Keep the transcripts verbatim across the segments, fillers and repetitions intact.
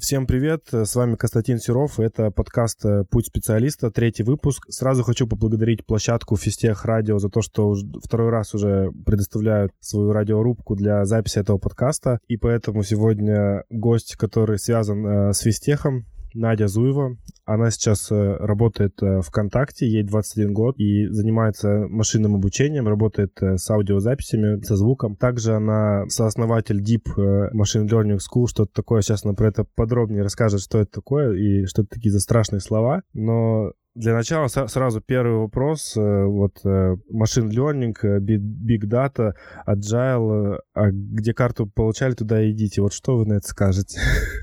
Всем привет, с вами Константин Серов, это подкаст «Путь специалиста», третий выпуск. Сразу хочу поблагодарить площадку Физтех Радио за то, что второй раз уже предоставляют свою радиорубку для записи этого подкаста. И поэтому сегодня гость, который связан с Физтехом, Надя Зуева. Она сейчас работает в ВКонтакте, ей двадцать один год, и занимается машинным обучением, работает с аудиозаписями, со звуком. Также она сооснователь Deep Machine Learning School, что-то такое. Сейчас она про это подробнее расскажет, что это такое и что это такие за страшные слова. Но для начала сразу первый вопрос. Вот Machine Learning, Big Data, Agile. А где карту получали, туда идите. Вот что вы на это скажете?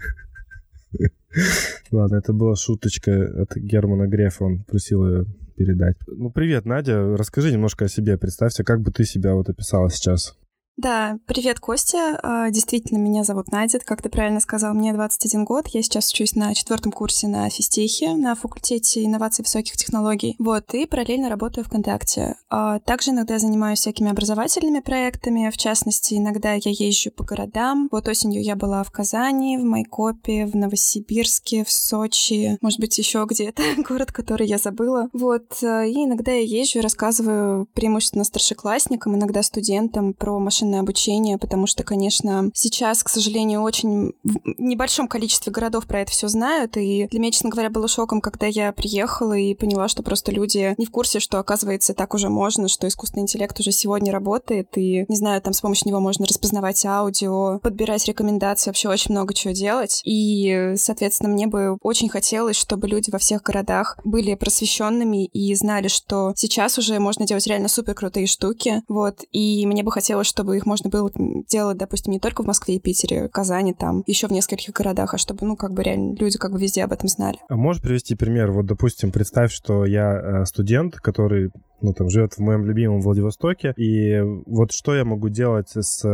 Ладно, это была шуточка от Германа Грефа, он просил ее передать. Ну, привет, Надя, расскажи немножко о себе, представься, как бы ты себя вот описала сейчас. Да, привет, Костя. Действительно, меня зовут Надя, как ты правильно сказал, мне двадцать один год. Я сейчас учусь на четвертом курсе на физтехе, на факультете инноваций высоких технологий. Вот, и параллельно работаю ВКонтакте. Также иногда занимаюсь всякими образовательными проектами, в частности, иногда я езжу по городам. Вот осенью я была в Казани, в Майкопе, в Новосибирске, в Сочи, может быть, еще где-то, город, который я забыла. Вот, и иногда я езжу и рассказываю преимущественно старшеклассникам, иногда студентам про машинное обучение, потому что, конечно, сейчас, к сожалению, очень в небольшом количестве городов про это все знают, и для меня, честно говоря, было шоком, когда я приехала и поняла, что просто люди не в курсе, что, оказывается, так уже можно, что искусственный интеллект уже сегодня работает, и, не знаю, там с помощью него можно распознавать аудио, подбирать рекомендации, вообще очень много чего делать, и, соответственно, мне бы очень хотелось, чтобы люди во всех городах были просвещенными и знали, что сейчас уже можно делать реально супер крутые штуки, вот, и мне бы хотелось, чтобы их можно было делать, допустим, не только в Москве и Питере, Казани, там, еще в нескольких городах, а чтобы, ну, как бы реально люди как бы везде об этом знали. А можешь привести пример? Вот, допустим, представь, что я студент, который, ну, там, живет в моем любимом Владивостоке, и вот что я могу делать с,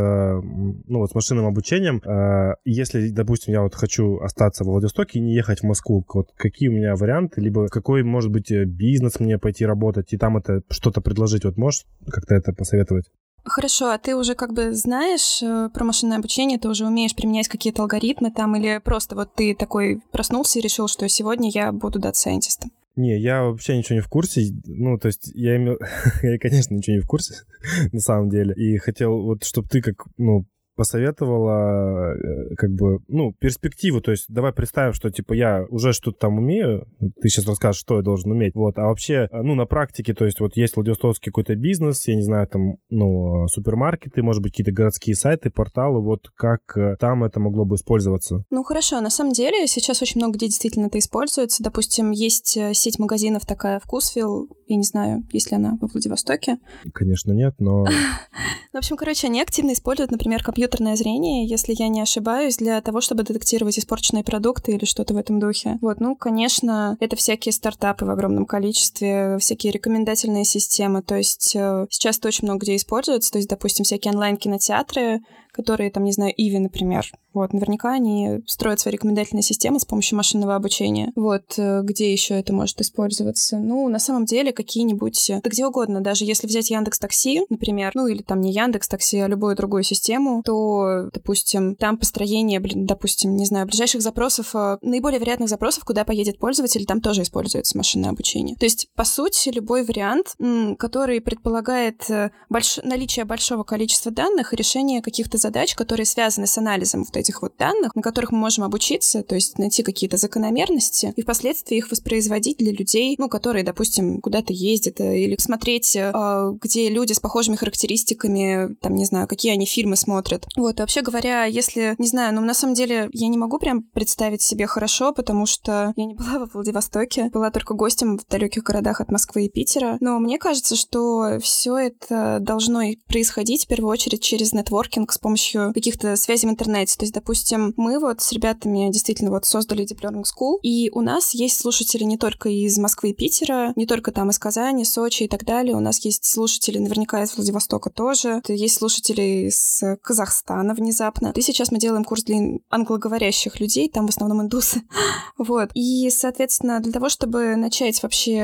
ну, вот с машинным обучением, если, допустим, я вот хочу остаться в Владивостоке и не ехать в Москву, вот какие у меня варианты, либо какой, может быть, бизнес мне пойти работать, и там это что-то предложить, вот можешь как-то это посоветовать? Хорошо, а ты уже как бы знаешь э, про машинное обучение, ты уже умеешь применять какие-то алгоритмы там, или просто вот ты такой проснулся и решил, что сегодня я буду дата-сайентистом? Не, я вообще ничего не в курсе, ну, то есть я имел... я, конечно, ничего не в курсе, на самом деле, и хотел вот, чтобы ты как, ну, посоветовала, как бы, ну, перспективу, то есть давай представим, что, типа, я уже что-то там умею, ты сейчас расскажешь, что я должен уметь, вот, а вообще, ну, на практике, то есть вот есть владивостокский какой-то бизнес, я не знаю, там, ну, супермаркеты, может быть, какие-то городские сайты, порталы, вот как там это могло бы использоваться? Ну, хорошо, на самом деле сейчас очень много где действительно это используется, допустим, есть сеть магазинов такая Вкусвилл, я не знаю, есть ли она во Владивостоке. Конечно, нет, но... В общем, короче, они активно используют, например, компьютерное зрение, если я не ошибаюсь, для того, чтобы детектировать испорченные продукты или что-то в этом духе. Вот, ну, конечно, это всякие стартапы в огромном количестве, всякие рекомендательные системы, то есть э, сейчас это очень много где используется, то есть, допустим, всякие онлайн-кинотеатры, которые, там, не знаю, Иви, например. Вот, наверняка они строят свои рекомендательные системы с помощью машинного обучения. Вот, где еще это может использоваться? Ну, на самом деле, какие-нибудь... Да где угодно, даже если взять Яндекс.Такси, например, ну, или там не Яндекс.Такси, а любую другую систему, то, допустим, там построение, допустим, не знаю, ближайших запросов, наиболее вероятных запросов, куда поедет пользователь, там тоже используется машинное обучение. То есть, по сути, любой вариант, который предполагает больш... наличие большого количества данных и решение каких-то задач, которые связаны с анализом вот этих вот данных, на которых мы можем обучиться, то есть найти какие-то закономерности и впоследствии их воспроизводить для людей, ну, которые, допустим, куда-то ездят, или смотреть, где люди с похожими характеристиками, там, не знаю, какие они фильмы смотрят. Вот, и вообще говоря, если, не знаю, ну, на самом деле, я не могу прям представить себе хорошо, потому что я не была во Владивостоке, была только гостем в далеких городах от Москвы и Питера, но мне кажется, что все это должно происходить в первую очередь через нетворкинг с помощью каких-то связей в интернете. То есть, допустим, мы вот с ребятами действительно вот создали Deep Learning School, и у нас есть слушатели не только из Москвы и Питера, не только там из Казани, Сочи и так далее. У нас есть слушатели наверняка из Владивостока тоже. Есть слушатели из Казахстана внезапно. И сейчас мы делаем курс для англоговорящих людей, там в основном индусы. Вот. И, соответственно, для того, чтобы начать вообще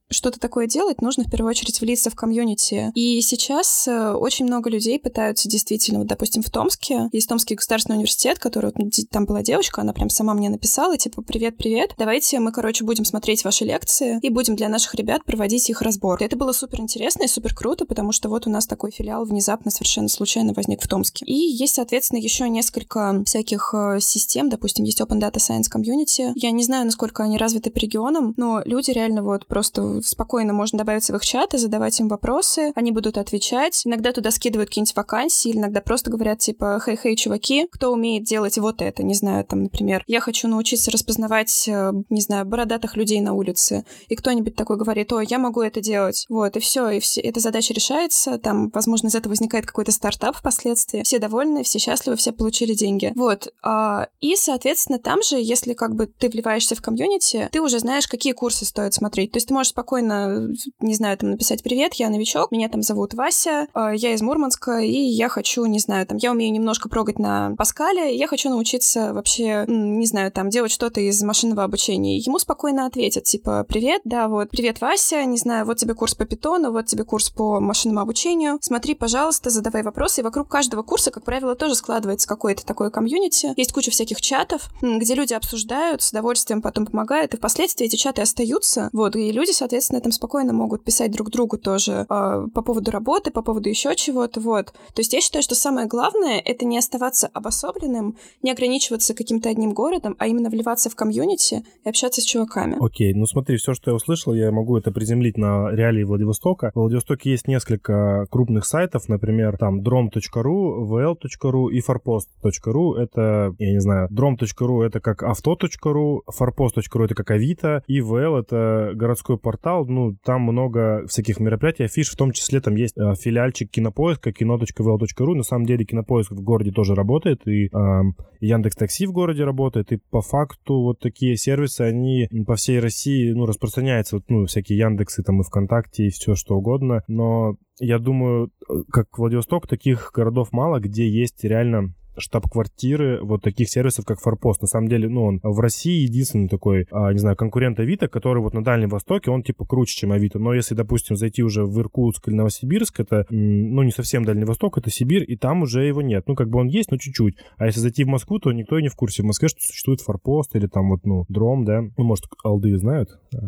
что-то такое делать, нужно в первую очередь влиться в комьюнити. И сейчас очень много людей пытаются действительно, вот, допустим, в Томске, есть Томский государственный университет, который, вот, там была девочка, она прям сама мне написала, типа, привет-привет, давайте мы, короче, будем смотреть ваши лекции и будем для наших ребят проводить их разбор. Это было супер интересно и супер круто, потому что вот у нас такой филиал внезапно совершенно случайно возник в Томске. И есть, соответственно, еще несколько всяких систем, допустим, есть Open Data Science Community. Я не знаю, насколько они развиты по регионам, но люди реально вот просто спокойно можно добавиться в их чат и задавать им вопросы, они будут отвечать. Иногда туда скидывают какие-нибудь вакансии, иногда просто говорят, типа, хей-хей, чуваки, кто умеет делать вот это, не знаю, там, например, я хочу научиться распознавать, не знаю, бородатых людей на улице, и кто-нибудь такой говорит, о, я могу это делать, вот, и все, и все, эта задача решается, там, возможно, из этого возникает какой-то стартап впоследствии, все довольны, все счастливы, все получили деньги, вот, и, соответственно, там же, если как бы ты вливаешься в комьюнити, ты уже знаешь, какие курсы стоит смотреть, то есть ты можешь спокойно, не знаю, там, написать, привет, я новичок, меня там зовут Вася, я из Мурманска, и я хочу, не знаю, там, я умею немножко прогать на Паскале, я хочу научиться вообще, не знаю, там, делать что-то из машинного обучения. Ему спокойно ответят, типа, привет, да, вот, привет, Вася, не знаю, вот тебе курс по питону, вот тебе курс по машинному обучению, смотри, пожалуйста, задавай вопросы, и вокруг каждого курса, как правило, тоже складывается какое-то такое комьюнити, есть куча всяких чатов, где люди обсуждают, с удовольствием потом помогают, и впоследствии эти чаты остаются, вот, и люди, соответственно, там спокойно могут писать друг другу тоже э, по поводу работы, по поводу еще чего-то, вот. То есть я считаю, что самое главное — это не оставаться обособленным, не ограничиваться каким-то одним городом, а именно вливаться в комьюнити и общаться с чуваками. Окей, ну смотри, все, что я услышал, я могу это приземлить на реалии Владивостока. В Владивостоке есть несколько крупных сайтов, например, там дром точка ру, ви эл точка ру и форпост точка ру. Это, я не знаю, дром точка ру это как авто точка ру, форпост точка ру это как Авито, и ви эл это городской портал, ну, там много всяких мероприятий, афиш, в том числе там есть э, филиальчик Кинопоиска, кино точка ви эл точка ру. На самом деле Кинопоиск в городе тоже работает, и э, Яндекс.Такси в городе работает, и по факту вот такие сервисы, они по всей России, ну, распространяются, вот, ну, всякие Яндексы там и ВКонтакте, и все что угодно, но я думаю, как Владивосток, таких городов мало, где есть реально штаб-квартиры вот таких сервисов, как Форпост. На самом деле, ну, он в России единственный такой, а, не знаю, конкурент Авито, который вот на Дальнем Востоке, он типа круче, чем Авито. Но если, допустим, зайти уже в Иркутск или Новосибирск, это, ну, не совсем Дальний Восток, это Сибирь, и там уже его нет. Ну, как бы он есть, но чуть-чуть. А если зайти в Москву, то никто и не в курсе в Москве, что существует Форпост или там вот, ну, Дром, да. Ну, может, алды знают,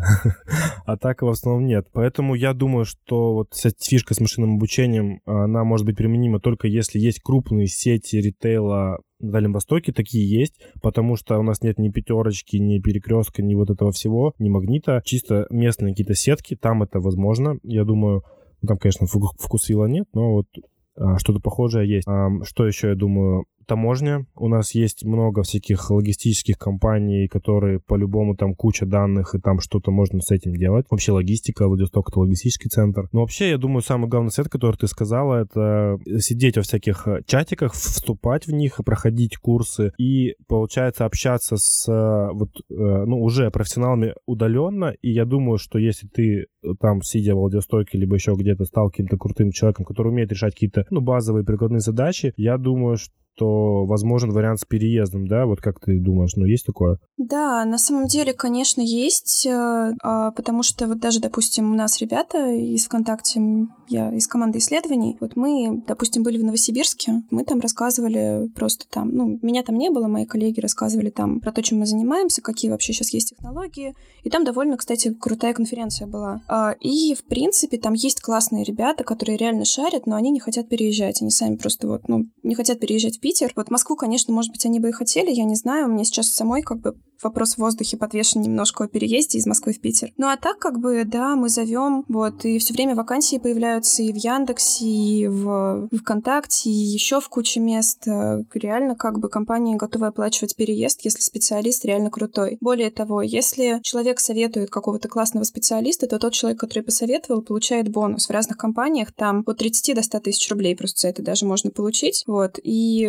а так в основном нет. Поэтому я думаю, что вот вся фишка с машинным обучением, она может быть применима только если есть крупные сети ритейла на Дальнем Востоке, такие есть, потому что у нас нет ни пятерочки, ни перекрестка, ни вот этого всего, ни магнита, чисто местные какие-то сетки, там это возможно, я думаю, там, конечно, вкусвилла нет, но вот а, что-то похожее есть. А, что еще, я думаю, таможня. У нас есть много всяких логистических компаний, которые по-любому там куча данных, и там что-то можно с этим делать. Вообще логистика, Владивосток — это логистический центр. Но вообще, я думаю, самый главный совет, который ты сказала, это сидеть во всяких чатиках, вступать в них, проходить курсы и, получается, общаться с вот, ну, уже профессионалами удаленно. И я думаю, что если ты там, сидя в Владивостоке, либо еще где-то, стал каким-то крутым человеком, который умеет решать какие-то, ну, базовые прикладные задачи, я думаю, что то возможен вариант с переездом, да? Вот как ты думаешь, ну, есть такое? Да, на самом деле, конечно, есть, потому что вот даже, допустим, у нас ребята из ВКонтакте, я из команды исследований, вот мы, допустим, были в Новосибирске, мы там рассказывали просто там, ну, меня там не было, мои коллеги рассказывали там про то, чем мы занимаемся, какие вообще сейчас есть технологии, и там довольно, кстати, крутая конференция была. И, в принципе, там есть классные ребята, которые реально шарят, но они не хотят переезжать, они сами просто вот, ну, не хотят переезжать в Питер. Вот Москву, конечно, может быть, они бы и хотели, я не знаю, у меня сейчас самой как бы вопрос в воздухе подвешен немножко о переезде из Москвы в Питер. Ну а так, как бы, да, мы зовем, вот, и все время вакансии появляются и в Яндексе, и в ВКонтакте, и еще в куче мест. Реально, как бы, компания готова оплачивать переезд, если специалист реально крутой. Более того, если человек советует какого-то классного специалиста, то тот человек, который посоветовал, получает бонус. В разных компаниях там от тридцати до ста тысяч рублей просто за это даже можно получить. Вот, и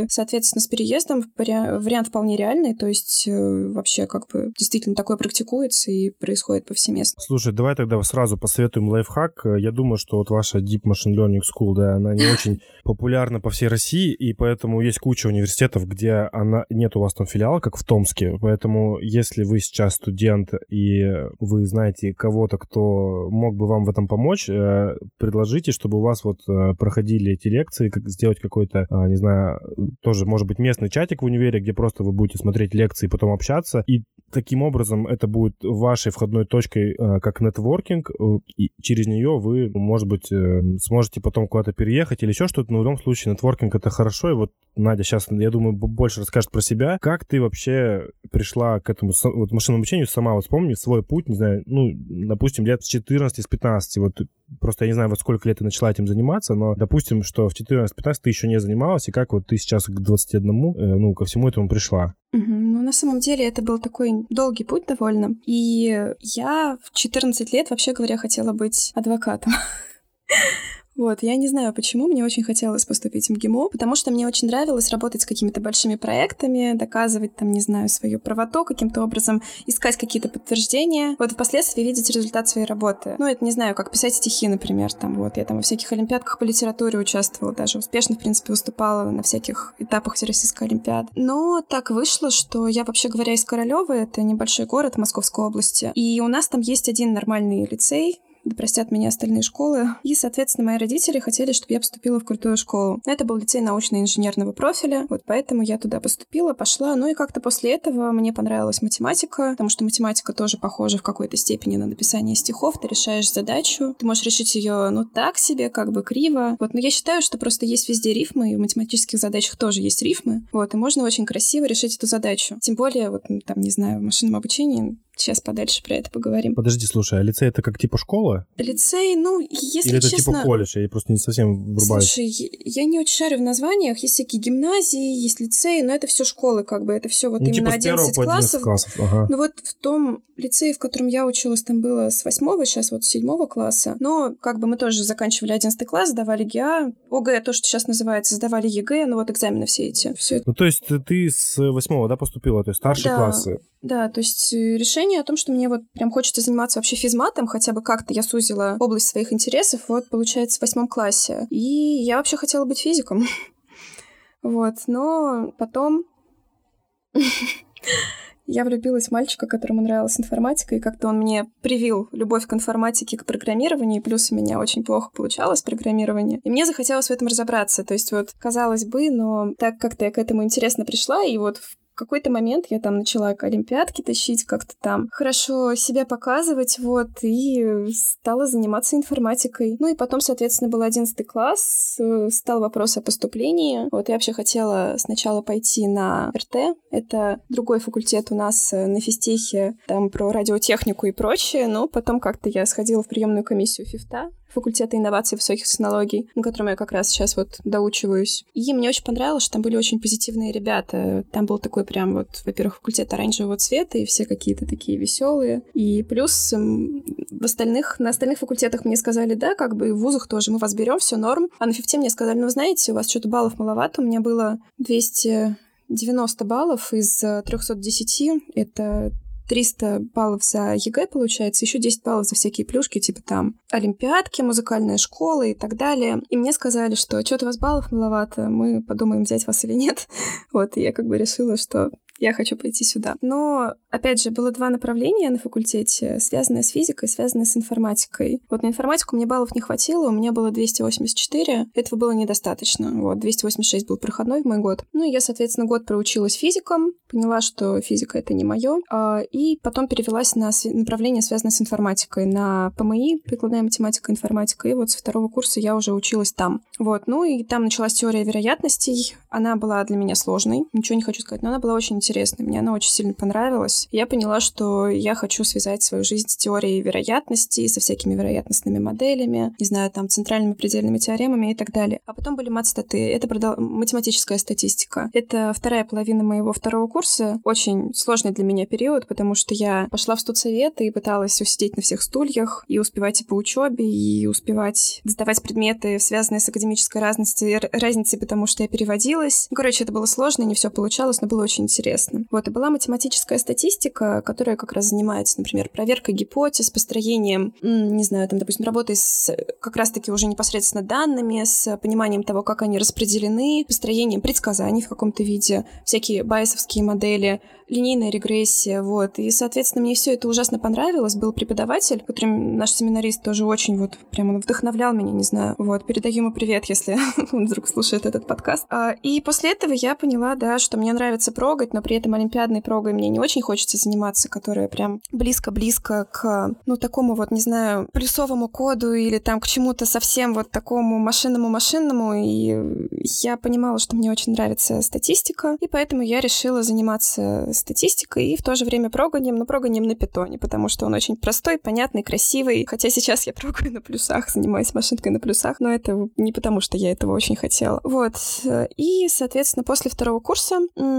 И, соответственно, с переездом вариант вполне реальный, то есть вообще как бы действительно такое практикуется и происходит повсеместно. Слушай, давай тогда сразу посоветуем лайфхак. Я думаю, что вот ваша Deep Machine Learning School, да, она не очень популярна по всей России, и поэтому есть куча университетов, где она нет у вас там филиала, как в Томске. Поэтому если вы сейчас студент и вы знаете кого-то, кто мог бы вам в этом помочь, предложите, чтобы у вас вот проходили эти лекции, как сделать какой-то, не знаю, тоже, может быть, местный чатик в универе, где просто вы будете смотреть лекции и потом общаться. И таким образом это будет вашей входной точкой как нетворкинг, и через нее вы, может быть, сможете потом куда-то переехать или еще что-то, но в любом случае нетворкинг — это хорошо. И вот Надя сейчас, я думаю, больше расскажет про себя. Как ты вообще пришла к этому вот, машинному обучению сама? Вот вспомни свой путь, не знаю, ну, допустим, лет с четырнадцати, с пятнадцати, вот просто я не знаю, вот сколько лет ты начала этим заниматься, но допустим, что в четырнадцать-пятнадцать ты еще не занималась, и как вот ты сейчас к двадцати одному, ну, ко всему этому пришла? Угу. Ну, на самом деле, это был такой долгий путь довольно. И я в четырнадцать лет, вообще говоря, хотела быть адвокатом. Вот, я не знаю, почему, мне очень хотелось поступить в МГИМО, потому что мне очень нравилось работать с какими-то большими проектами, доказывать там, не знаю, свою правоту каким-то образом, искать какие-то подтверждения, вот впоследствии видеть результат своей работы. Ну, это, не знаю, как писать стихи, например, там, вот, я там во всяких олимпиадках по литературе участвовала, даже успешно, в принципе, выступала на всяких этапах Всероссийской олимпиады. Но так вышло, что я, вообще говоря, из Королёва, это небольшой город Московской области, и у нас там есть один нормальный лицей, да простят меня остальные школы. И, соответственно, мои родители хотели, чтобы я поступила в крутую школу. Это был лицей научно-инженерного профиля, вот поэтому я туда поступила, пошла. Ну и как-то после этого мне понравилась математика, потому что математика тоже похожа в какой-то степени на написание стихов. Ты решаешь задачу, ты можешь решить ее, ну, так себе, как бы криво. Вот, но я считаю, что просто есть везде рифмы, и в математических задачах тоже есть рифмы. Вот, и можно очень красиво решить эту задачу. Тем более, вот, там, не знаю, в машинном обучении. Сейчас подальше про это поговорим. Подожди, слушай, а лицей — это как типа школа? Лицей, ну, если Или это честно... типа колледж? Я просто не совсем врубаюсь. Слушай, я не очень шарю в названиях. Есть всякие гимназии, есть лицеи, но это все школы, как бы, это все вот ну, именно типа одиннадцать классов. классов. Ага. Ну вот в том лицее, в котором я училась, там было с восьмого, сейчас вот с седьмого класса. Но как бы мы тоже заканчивали одиннадцатый класс, сдавали ГИА, ОГЭ, то, что сейчас называется, сдавали ЕГЭ, ну вот экзамены все эти. Все это. Ну то есть ты с восьмого, да, поступила, то есть старшие да. классы? Да, то есть решение о том, что мне вот прям хочется заниматься вообще физматом, хотя бы как-то я сузила область своих интересов, вот, получается, в восьмом классе. И я вообще хотела быть физиком. Вот, но потом я влюбилась в мальчика, которому нравилась информатика, и как-то он мне привил любовь к информатике, к программированию, и плюс у меня очень плохо получалось программирование. И мне захотелось в этом разобраться. То есть вот, казалось бы, но так как-то я к этому интересно пришла, и вот в В какой-то момент я там начала к олимпиадке тащить, как-то там хорошо себя показывать, вот, и стала заниматься информатикой. Ну и потом, соответственно, был одиннадцатый класс, стал вопрос о поступлении. Вот я вообще хотела сначала пойти на эр тэ, это другой факультет у нас на физтехе, там про радиотехнику и прочее, но потом как-то я сходила в приемную комиссию ФИФТа, факультета инноваций и высоких технологий, на котором я как раз сейчас вот доучиваюсь. И мне очень понравилось, что там были очень позитивные ребята. Там был такой прям вот, во-первых, факультет оранжевого цвета, и все какие-то такие веселые. И плюс в остальных, на остальных факультетах мне сказали, да, как бы и в вузах тоже, мы вас берем, все норм. А на фифте мне сказали, ну, знаете, у вас что-то баллов маловато. У меня было двести девяносто баллов из триста десять. Это триста баллов за ЕГЭ, получается, еще десять баллов за всякие плюшки, типа там олимпиадки, музыкальная школа и так далее. И мне сказали, что что-то у вас баллов маловато, мы подумаем, взять вас или нет. Вот, и я как бы решила, что я хочу пойти сюда. Но, опять же, было два направления на факультете, связанные с физикой, связанные с информатикой. Вот на информатику мне баллов не хватило, у меня было двести восемьдесят четыре, этого было недостаточно. Вот, двести восемьдесят шесть был проходной в мой год. Ну, и я, соответственно, год проучилась физиком, поняла, что физика — это не мое, и потом перевелась на направление, связанное с информатикой, на пэ эм и, прикладная математика, информатика, и вот со второго курса я уже училась там. Вот, ну, и там началась теория вероятностей, она была для меня сложной, ничего не хочу сказать, но она была очень интересной. интересной, мне она очень сильно понравилась. Я поняла, что я хочу связать свою жизнь с теорией вероятности, со всякими вероятностными моделями, не знаю, там, центральными предельными теоремами и так далее. А потом были мат-статы, это продол... математическая статистика. Это вторая половина моего второго курса, очень сложный для меня период, потому что я пошла в студсовет и пыталась усидеть на всех стульях, и успевать и по учебе, и успевать сдавать предметы, связанные с академической разностью, разницей, потому что я переводилась. Ну, короче, это было сложно, не все получалось, но было очень интересно. Вот, и была математическая статистика, которая как раз занимается, например, проверкой гипотез, построением, не знаю, там, допустим, работой с как раз-таки уже непосредственно данными, с пониманием того, как они распределены, построением предсказаний в каком-то виде, всякие байесовские модели, линейная регрессия, вот. И, соответственно, мне все это ужасно понравилось. Был преподаватель, который наш семинарист тоже очень вот прям он вдохновлял меня, не знаю. Вот, передаю ему привет, если он вдруг слушает этот подкаст. И после этого я поняла, да, что мне нравится прогать, но при этом олимпиадной прогой мне не очень хочется заниматься, которая прям близко-близко к, ну, такому вот, не знаю, плюсовому коду или там к чему-то совсем вот такому машинному-машинному. И я понимала, что мне очень нравится статистика, и поэтому я решила заниматься статистикой и в то же время проганием, но проганием на питоне, потому что он очень простой, понятный, красивый. Хотя сейчас я прогаю на плюсах, занимаюсь машинкой на плюсах, но это не потому, что я этого очень хотела. Вот. И, соответственно, после второго курса,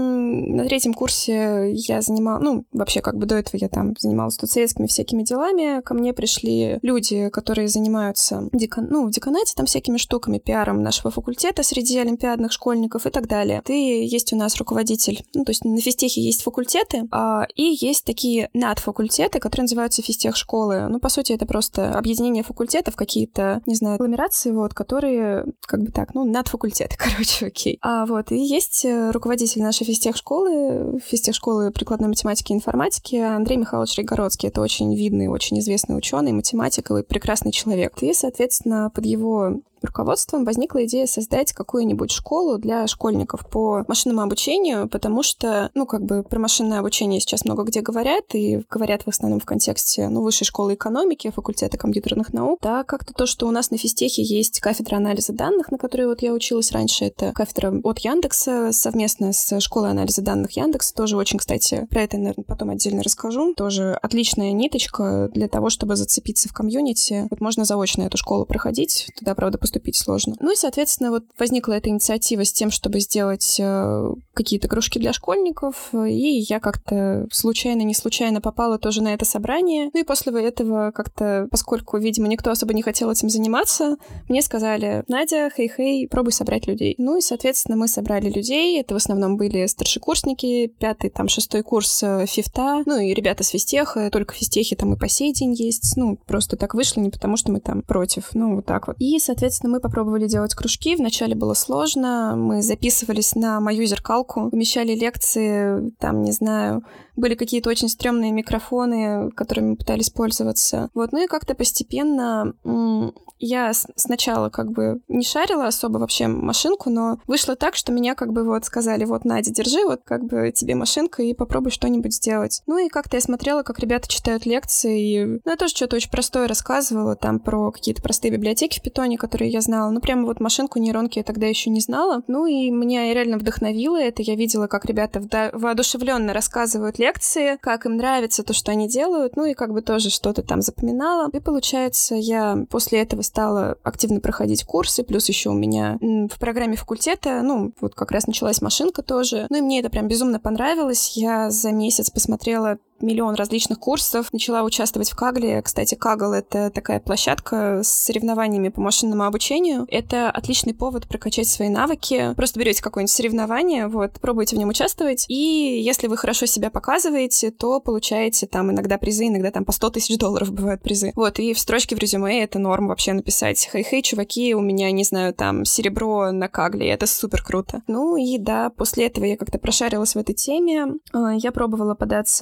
на третьем курсе я занимала, ну, вообще, как бы до этого я там занималась студсоветскими всякими делами, ко мне пришли люди, которые занимаются декан... ну, в деканате там всякими штуками, пиаром нашего факультета среди олимпиадных школьников и так далее. Ты есть у нас руководитель, ну, то есть на физтехе есть факультеты, а, и есть такие надфакультеты, которые называются физтех-школы. Ну, по сути, это просто объединение факультетов, какие-то, не знаю, агломерации, вот, которые, как бы так, ну, надфакультеты, короче, окей. А вот, и есть руководитель нашей физтех-школы, физтех-школы прикладной математики и информатики Андрей Михайлович Райгородский. Это очень видный, очень известный ученый, математик и прекрасный человек. И, соответственно, под его руководством возникла идея создать какую-нибудь школу для школьников по машинному обучению, потому что, ну, как бы про машинное обучение сейчас много где говорят, и говорят в основном в контексте, ну, высшей школы экономики, факультета компьютерных наук, да, как-то то, что у нас на физтехе есть кафедра анализа данных, на которой вот я училась раньше, это кафедра от Яндекса совместно с школой анализа данных Яндекса, тоже очень, кстати, про это, наверное, потом отдельно расскажу, тоже отличная ниточка для того, чтобы зацепиться в комьюнити. Вот можно заочно эту школу проходить, туда, правда, поступить сложно. Ну и, соответственно, вот возникла эта инициатива с тем, чтобы сделать э, какие-то кружки для школьников, и я как-то случайно, не случайно попала тоже на это собрание. Ну и после этого как-то, поскольку, видимо, никто особо не хотел этим заниматься, мне сказали: Надя, хей-хей, пробуй собрать людей. Ну и, соответственно, мы собрали людей. Это в основном были старшекурсники, пятый, там, шестой курс фифта, ну и ребята с физтеха, только физтехи там и по сей день есть. Ну, просто так вышло, не потому что мы там против, ну, вот так вот. И, соответственно, мы попробовали делать кружки. Вначале было сложно. Мы записывались на мою зеркалку, помещали лекции, там, не знаю, были какие-то очень стрёмные микрофоны, которыми мы пытались пользоваться. Вот, ну и как-то постепенно м- я с- сначала как бы не шарила особо вообще машинку, но вышло так, что меня как бы вот сказали: вот, Надя, держи, вот как бы тебе машинка, и попробуй что-нибудь сделать. Ну и как-то я смотрела, как ребята читают лекции, и, ну, я тоже что-то очень простое рассказывала, там, про какие-то простые библиотеки в питоне, которые я знала. Ну, прямо вот машинку, нейронки я тогда еще не знала. Ну и меня реально вдохновило это. Я видела, как ребята вда- воодушевленно рассказывают лекции, как им нравится то, что они делают, ну и как бы тоже что-то там запоминала. И получается, я после этого стала активно проходить курсы, плюс еще у меня в программе факультета, ну, вот как раз началась машинка тоже. Ну и мне это прям безумно понравилось. Я за месяц посмотрела миллион различных курсов, начала участвовать в Кагле. Кстати, Кагл — это такая площадка с соревнованиями по машинному обучению. Это отличный повод прокачать свои навыки. Просто берете какое-нибудь соревнование, вот, пробуйте в нем участвовать, и если вы хорошо себя показываете, то получаете там иногда призы, иногда там по сто тысяч долларов бывают призы. Вот, и в строчке в резюме это норм вообще написать: хей-хей, чуваки, у меня, не знаю, там, серебро на Кагле, это супер круто. Ну и да, после этого я как-то прошарилась в этой теме. Я пробовала податься в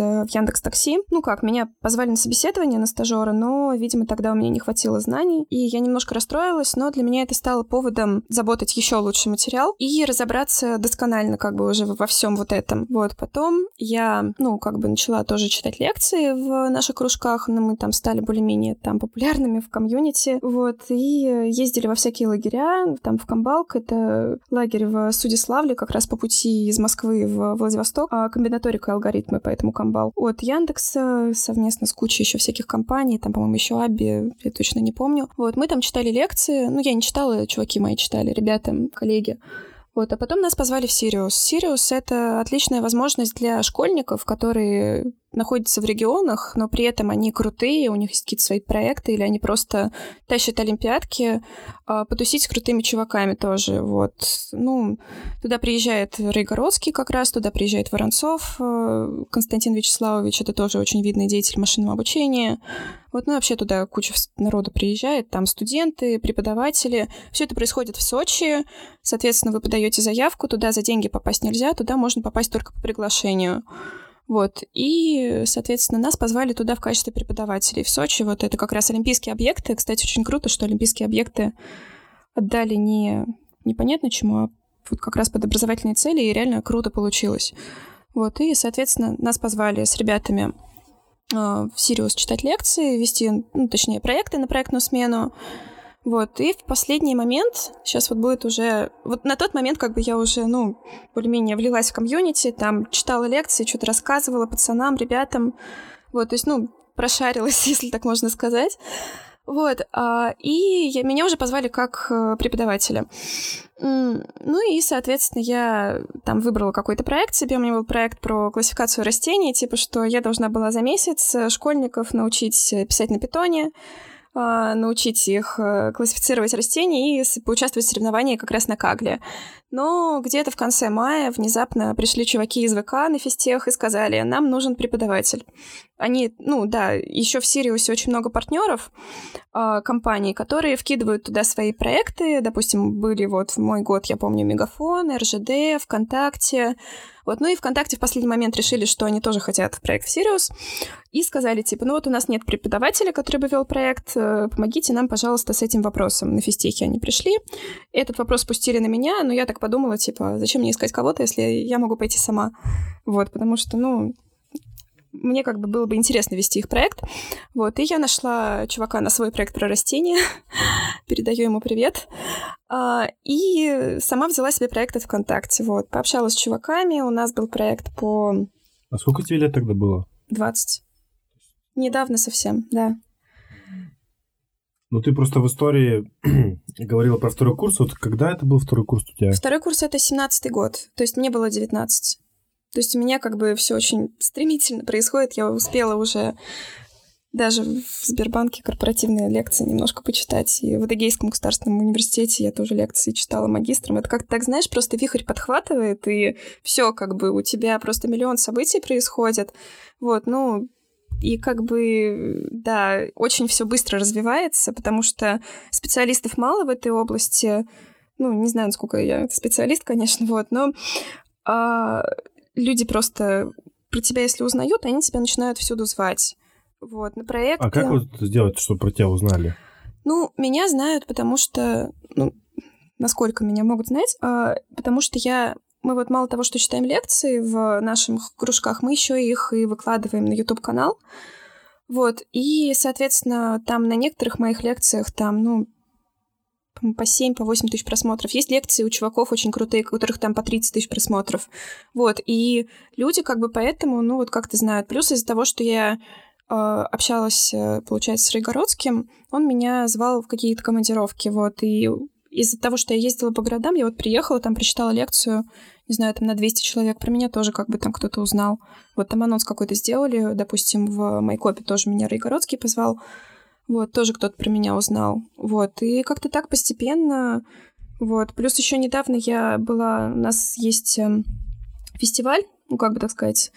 Яндекс.Такси. Ну как, меня позвали на собеседование на стажера, но, видимо, тогда у меня не хватило знаний, и я немножко расстроилась, но для меня это стало поводом заботать еще лучше материал и разобраться досконально как бы уже во всем вот этом. Вот, потом я, ну, как бы начала тоже читать лекции в наших кружках, но мы там стали более-менее там популярными в комьюнити, вот, и ездили во всякие лагеря, там в Камбалк, это лагерь в Судиславле, как раз по пути из Москвы в Владивосток, а комбинаторика и алгоритмы, поэтому Камбал. От Яндекса совместно с кучей еще всяких компаний, там, по-моему, еще Абби, я точно не помню. Вот, мы там читали лекции, ну, я не читала, чуваки мои читали, ребята, коллеги. Вот, а потом нас позвали в Сириус. Сириус — это отличная возможность для школьников, которые находятся в регионах, но при этом они крутые, у них есть какие-то свои проекты, или они просто тащат олимпиадки, а, потусить с крутыми чуваками тоже, вот. Ну, туда приезжает Райгородский как раз, туда приезжает Воронцов, Константин Вячеславович, это тоже очень видный деятель машинного обучения. Вот, ну, вообще туда куча народу приезжает, там студенты, преподаватели. Все это происходит в Сочи, соответственно, вы подаете заявку, туда за деньги попасть нельзя, туда можно попасть только по приглашению. Вот, и, соответственно, нас позвали туда в качестве преподавателей в Сочи. Вот это как раз олимпийские объекты. Кстати, очень круто, что олимпийские объекты отдали не непонятно чему, а вот как раз под образовательные цели, и реально круто получилось. Вот, и, соответственно, нас позвали с ребятами э, в Сириус читать лекции, вести, ну, точнее, проекты на проектную смену. Вот, и в последний момент, сейчас вот будет уже... Вот на тот момент как бы я уже, ну, более-менее влилась в комьюнити, там читала лекции, что-то рассказывала пацанам, ребятам. Вот, то есть, ну, прошарилась, если так можно сказать. Вот, а, и я, меня уже позвали как преподавателя. Ну и, соответственно, я там выбрала какой-то проект себе. У меня был проект про классификацию растений, типа, что я должна была за месяц школьников научить писать на питоне, научить их классифицировать растения и поучаствовать в соревновании как раз на Кагле. Но где-то в конце мая внезапно пришли чуваки из ВК на физтех и сказали, нам нужен преподаватель. Они, ну да, еще в Сириусе очень много партнеров э, компаний, которые вкидывают туда свои проекты. Допустим, были вот в мой год, я помню, Мегафон, эр жэ дэ, ВКонтакте. Вот, ну и ВКонтакте в последний момент решили, что они тоже хотят в проект Сириус. И сказали, типа, ну вот у нас нет преподавателя, который бы вел проект, помогите нам, пожалуйста, с этим вопросом. На физтехе они пришли. Этот вопрос спустили на меня, но я так подумала, типа, зачем мне искать кого-то, если я могу пойти сама. Вот, потому что, ну, мне как бы было бы интересно вести их проект. Вот, и я нашла чувака на свой проект про растения. Передаю ему привет. И сама взяла себе проект от ВКонтакте. Вот, пообщалась с чуваками. У нас был проект по... А сколько тебе лет тогда было? двадцать. Недавно совсем, да. Ну, ты просто в истории говорила про второй курс. Вот когда это был второй курс у тебя? Второй курс — это семнадцатый год. То есть мне было девятнадцать. То есть у меня как бы все очень стремительно происходит. Я успела уже даже в Сбербанке корпоративные лекции немножко почитать. И в Адыгейском государственном университете я тоже лекции читала магистром. Это как-то так, знаешь, просто вихрь подхватывает, и все как бы у тебя просто миллион событий происходит. Вот, ну... И как бы, да, очень все быстро развивается, потому что специалистов мало в этой области. Ну, не знаю, насколько я специалист, конечно, вот, но а, люди просто про тебя, если узнают, они тебя начинают всюду звать. Вот, на проекты... А как вот это сделать, чтобы про тебя узнали? Ну, меня знают, потому что... Ну, насколько меня могут знать? А, потому что я... Мы вот мало того, что читаем лекции в наших кружках, мы еще их и выкладываем на YouTube-канал. Вот. И, соответственно, там на некоторых моих лекциях там, ну, по семь, по восемь тысяч просмотров. Есть лекции у чуваков очень крутые, у которых там по тридцать тысяч просмотров. Вот. И люди как бы поэтому, ну, вот как-то знают. Плюс из-за того, что я э, общалась, получается, с Райгородским, он меня звал в какие-то командировки. Вот. И из-за того, что я ездила по городам, я вот приехала, там прочитала лекцию, не знаю, там на двести человек, про меня тоже как бы там кто-то узнал. Вот там анонс какой-то сделали, допустим, в Майкопе тоже меня Райгородский позвал, вот, тоже кто-то про меня узнал, вот, и как-то так постепенно, вот, плюс еще недавно я была, у нас есть фестиваль, ну, как бы так сказать,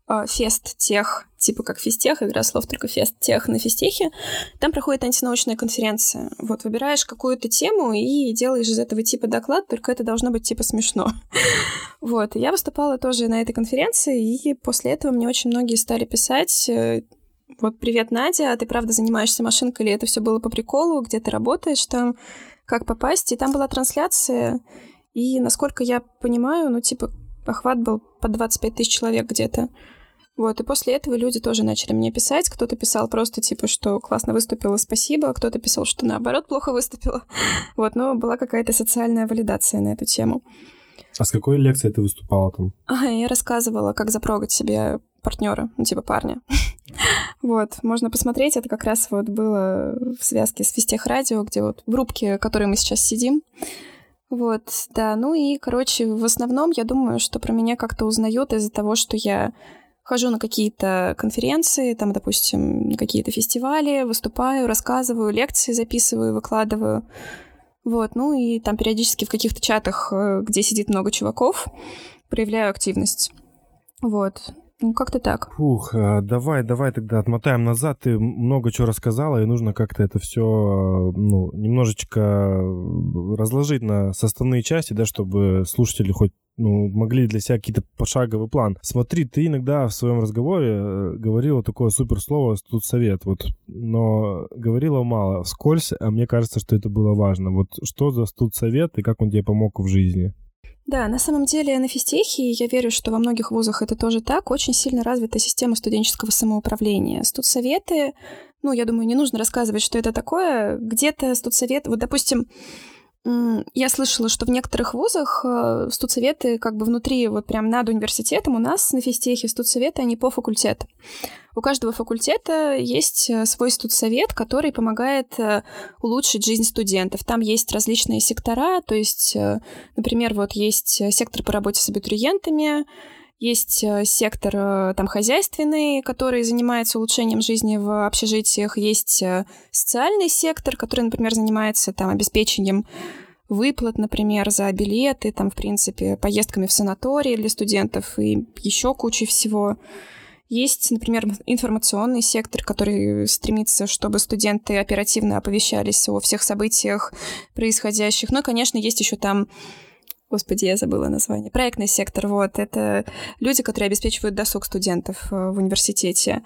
фест-тех, типа как физтех, игра слов, только фест-тех на физтехе. Там проходит антинаучная конференция. Вот, выбираешь какую-то тему и делаешь из этого типа доклад, только это должно быть типа смешно. Вот, я выступала тоже на этой конференции, и после этого мне очень многие стали писать: вот, привет, Надя, а ты правда занимаешься машинкой, или это все было по приколу, где ты работаешь там, как попасть? И там была трансляция, и, насколько я понимаю, ну, типа, охват был по двадцать пять тысяч человек где-то. Вот, и после этого люди тоже начали мне писать. Кто-то писал просто, типа, что классно выступила, спасибо, кто-то писал, что наоборот плохо выступила. Вот, но была какая-то социальная валидация на эту тему. А с какой лекцией ты выступала там? Ага, я рассказывала, как запрогать себе партнера, ну, типа парня. Вот, можно посмотреть, это как раз вот было в связке с Физтех Радио, где вот в рубке, в которой мы сейчас сидим. Вот, да, ну и, короче, в основном я думаю, что про меня как-то узнают из-за того, что я хожу на какие-то конференции, там, допустим, на какие-то фестивали, выступаю, рассказываю, лекции записываю, выкладываю. Вот, ну и там периодически в каких-то чатах, где сидит много чуваков, проявляю активность. Вот. Ну, как-то так. Фух, давай, давай тогда отмотаем назад. Ты много чего рассказала, и нужно как-то это все, ну, немножечко разложить на составные части, да, чтобы слушатели хоть, ну, могли для себя какие-то пошаговый план. Смотри, ты иногда в своем разговоре говорила такое суперслово «студсовет», вот, но говорила мало, вскользь, а мне кажется, что это было важно. Вот что за студсовет и как он тебе помог в жизни? Да, на самом деле на физтехе, я верю, что во многих вузах это тоже так, очень сильно развита система студенческого самоуправления. Студсоветы, ну, я думаю, не нужно рассказывать, что это такое. Где-то студсовет, вот, допустим, я слышала, что в некоторых вузах студсоветы как бы внутри, вот прям над университетом, у нас на физтехе студсоветы, они по факультету. У каждого факультета есть свой студсовет, который помогает улучшить жизнь студентов. Там есть различные сектора, то есть, например, вот есть сектор по работе с абитуриентами, есть сектор там хозяйственный, который занимается улучшением жизни в общежитиях, есть социальный сектор, который, например, занимается там обеспечением выплат, например, за билеты, там, в принципе, поездками в санатории для студентов и еще кучей всего. Есть, например, информационный сектор, который стремится, чтобы студенты оперативно оповещались о всех событиях происходящих. Ну и, конечно, есть еще там, господи, я забыла название, проектный сектор. Вот, это люди, которые обеспечивают досуг студентов в университете.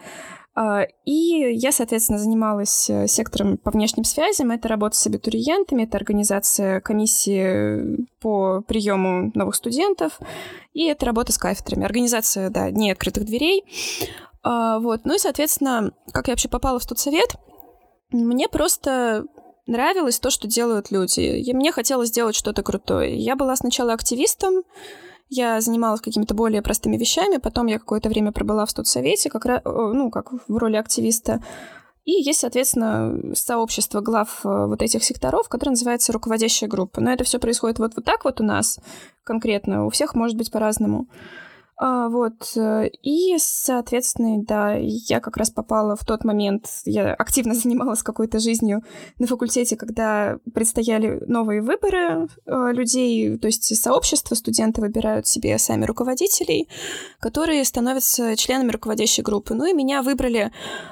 И я, соответственно, занималась сектором по внешним связям. Это работа с абитуриентами, это организация комиссии по приему новых студентов, и это работа с кафедрами. Организация, да, дней открытых дверей. Вот. Ну и, соответственно, как я вообще попала в студсовет, мне просто нравилось то, что делают люди. И мне хотелось сделать что-то крутое. Я была сначала активистом, я занималась какими-то более простыми вещами, потом я какое-то время пробыла в студсовете, как раз, ну, как в роли активиста. И есть, соответственно, сообщество глав вот этих секторов, которое называется руководящая группа. Но это все происходит вот, вот так вот у нас конкретно, у всех может быть по-разному. А, вот, и, соответственно, да, я как раз попала в тот момент, я активно занималась какой-то жизнью на факультете, когда предстояли новые выборы а, людей, то есть сообщества, студенты выбирают себе сами руководителей, которые становятся членами руководящей группы. Ну и меня выбрали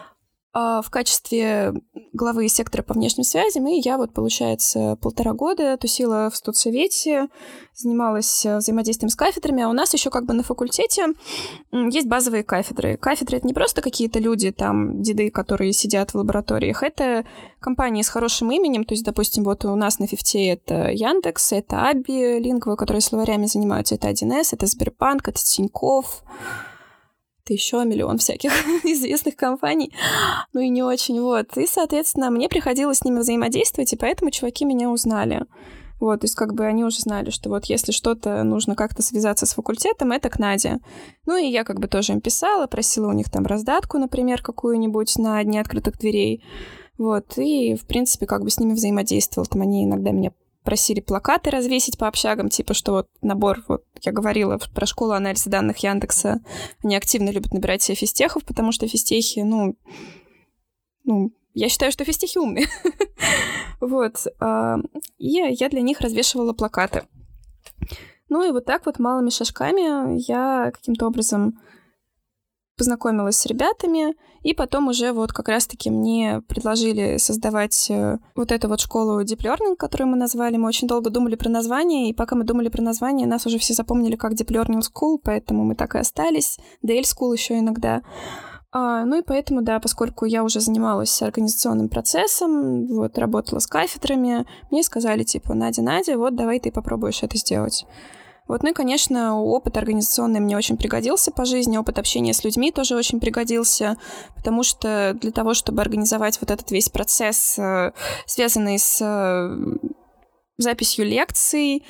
в качестве главы сектора по внешним связям, и я вот, получается, полтора года тусила в студсовете, занималась взаимодействием с кафедрами, а у нас еще как бы на факультете есть базовые кафедры. Кафедры — это не просто какие-то люди, там, деды, которые сидят в лабораториях, это компании с хорошим именем, то есть, допустим, вот у нас на фифте это Яндекс, это Аби, Лингва, которые словарями занимаются, это один эс, это Сбербанк, это Тинькофф, это еще миллион всяких известных компаний, ну и не очень, вот. И, соответственно, мне приходилось с ними взаимодействовать, и поэтому чуваки меня узнали. Вот, то есть как бы они уже знали, что вот если что-то нужно как-то связаться с факультетом, это к Наде. Ну и я как бы тоже им писала, просила у них там раздатку, например, какую-нибудь на Дни открытых дверей. Вот, и, в принципе, как бы с ними взаимодействовала. Там они иногда меня просили плакаты развесить по общагам, типа, что вот набор, вот я говорила про школу анализа данных Яндекса, они активно любят набирать себе физтехов, потому что физтехи, ну, ну, я считаю, что физтехи умные. Вот. И я для них развешивала плакаты. Ну и вот так вот малыми шажками я каким-то образом познакомилась с ребятами, и потом уже вот как раз-таки мне предложили создавать вот эту вот школу Deep Learning, которую мы назвали. Мы очень долго думали про название, и пока мы думали про название, нас уже все запомнили как Deep Learning School, поэтому мы так и остались. Dale School еще иногда. А, ну и поэтому, да, поскольку я уже занималась организационным процессом, вот, работала с кафедрами, мне сказали, типа, Надя, Надя, вот давай ты попробуешь это сделать. Вот, ну и, конечно, опыт организационный мне очень пригодился по жизни, опыт общения с людьми тоже очень пригодился, потому что для того, чтобы организовать вот этот весь процесс, связанный с записью лекций,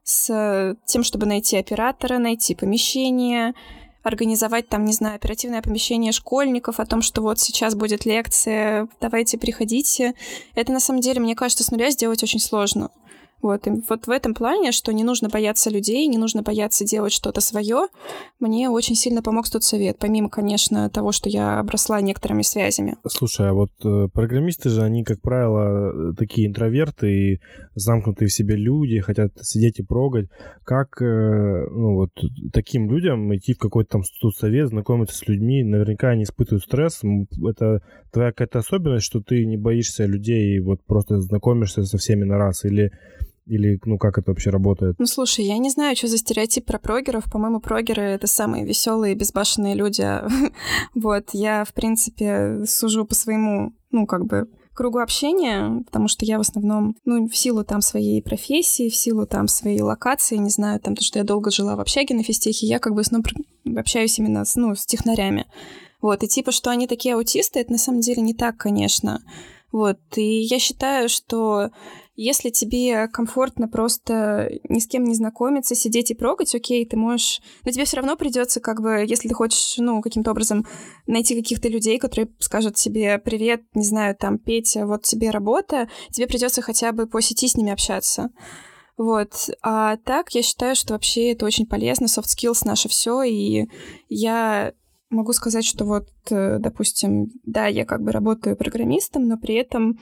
с тем, чтобы найти оператора, найти помещение, организовать там, не знаю, оперативное помещение школьников о том, что вот сейчас будет лекция, давайте приходите. Это, на самом деле, мне кажется, с нуля сделать очень сложно. Вот, и вот в этом плане, что не нужно бояться людей, не нужно бояться делать что-то свое, мне очень сильно помог студсовет, помимо, конечно, того, что я обросла некоторыми связями. Слушай, а вот э, программисты же, они, как правило, такие интроверты и замкнутые в себе люди, хотят сидеть и прогать. Как, э, ну, вот таким людям идти в какой-то там студсовет, знакомиться с людьми, наверняка они испытывают стресс. Это твоя какая-то особенность, что ты не боишься людей и вот просто знакомишься со всеми на раз, или... Или, ну, как это вообще работает? Ну, слушай, я не знаю, что за стереотип про прогеров. По-моему, прогеры — это самые веселые, безбашенные люди. Вот, я, в принципе, сужу по своему, ну, как бы, кругу общения, потому что я в основном, ну, в силу там своей профессии, в силу там своей локации, не знаю, там, то, что я долго жила в общаге на физтехе, я как бы в основном общаюсь именно с, ну, с технарями. Вот, и типа, что они такие аутисты, это на самом деле не так, конечно. Вот, и я считаю, что если тебе комфортно просто ни с кем не знакомиться, сидеть и прогать, окей, ты можешь... Но тебе все равно придется, как бы, если ты хочешь, ну, каким-то образом найти каких-то людей, которые скажут тебе: привет, не знаю, там, Петя, вот тебе работа, тебе придется хотя бы по сети с ними общаться. Вот. А так, я считаю, что вообще это очень полезно, soft skills — наше все, и я... Могу сказать, что вот, допустим, да, я как бы работаю программистом, но при этом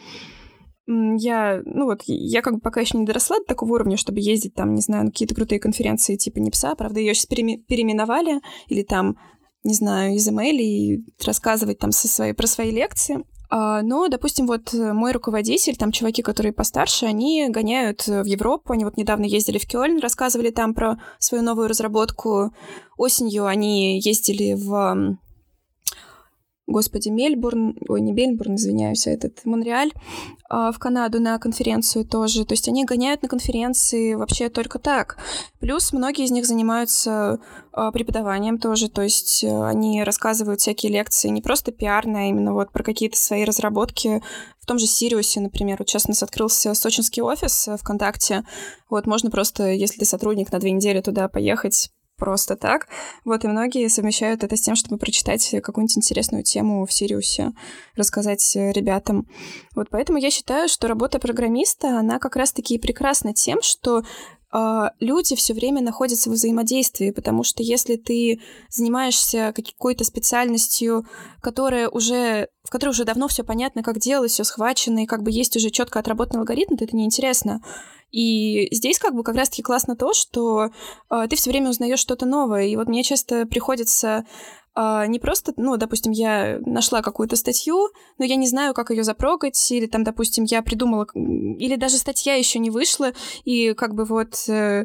я, ну вот, я как бы пока еще не доросла до такого уровня, чтобы ездить там, не знаю, на какие-то крутые конференции типа НИПСа, правда, ее сейчас переименовали, или там, не знаю, из Эмейли, и рассказывать там со своей, про свои лекции. Но, допустим, вот мой руководитель, там чуваки, которые постарше, они гоняют в Европу. Они вот недавно ездили в Кёльн, рассказывали там про свою новую разработку. Осенью они ездили в... Господи, Мельбурн, ой, не Мельбурн, извиняюсь, а этот Монреаль, в Канаду на конференцию тоже. То есть они гоняют на конференции вообще только так. Плюс многие из них занимаются преподаванием тоже, то есть они рассказывают всякие лекции, не просто пиарные, а именно вот про какие-то свои разработки. В том же Сириусе, например, вот сейчас у нас открылся сочинский офис ВКонтакте. Вот можно просто, если ты сотрудник, на две недели туда поехать, просто так. Вот, и многие совмещают это с тем, чтобы прочитать какую-нибудь интересную тему в Сириусе, рассказать ребятам. Вот, поэтому я считаю, что работа программиста, она как раз-таки прекрасна тем, что э, люди все время находятся в взаимодействии, потому что если ты занимаешься какой-то специальностью, которая уже, в которой уже давно все понятно, как делать, все схвачено, и как бы есть уже четко отработанный алгоритм, то это неинтересно. И здесь как бы как раз-таки классно то, что э, ты все время узнаешь что-то новое. И вот мне часто приходится э, не просто, ну, допустим, я нашла какую-то статью, но я не знаю, как ее запрогать, или там, допустим, я придумала, или даже статья еще не вышла, и как бы вот... Э,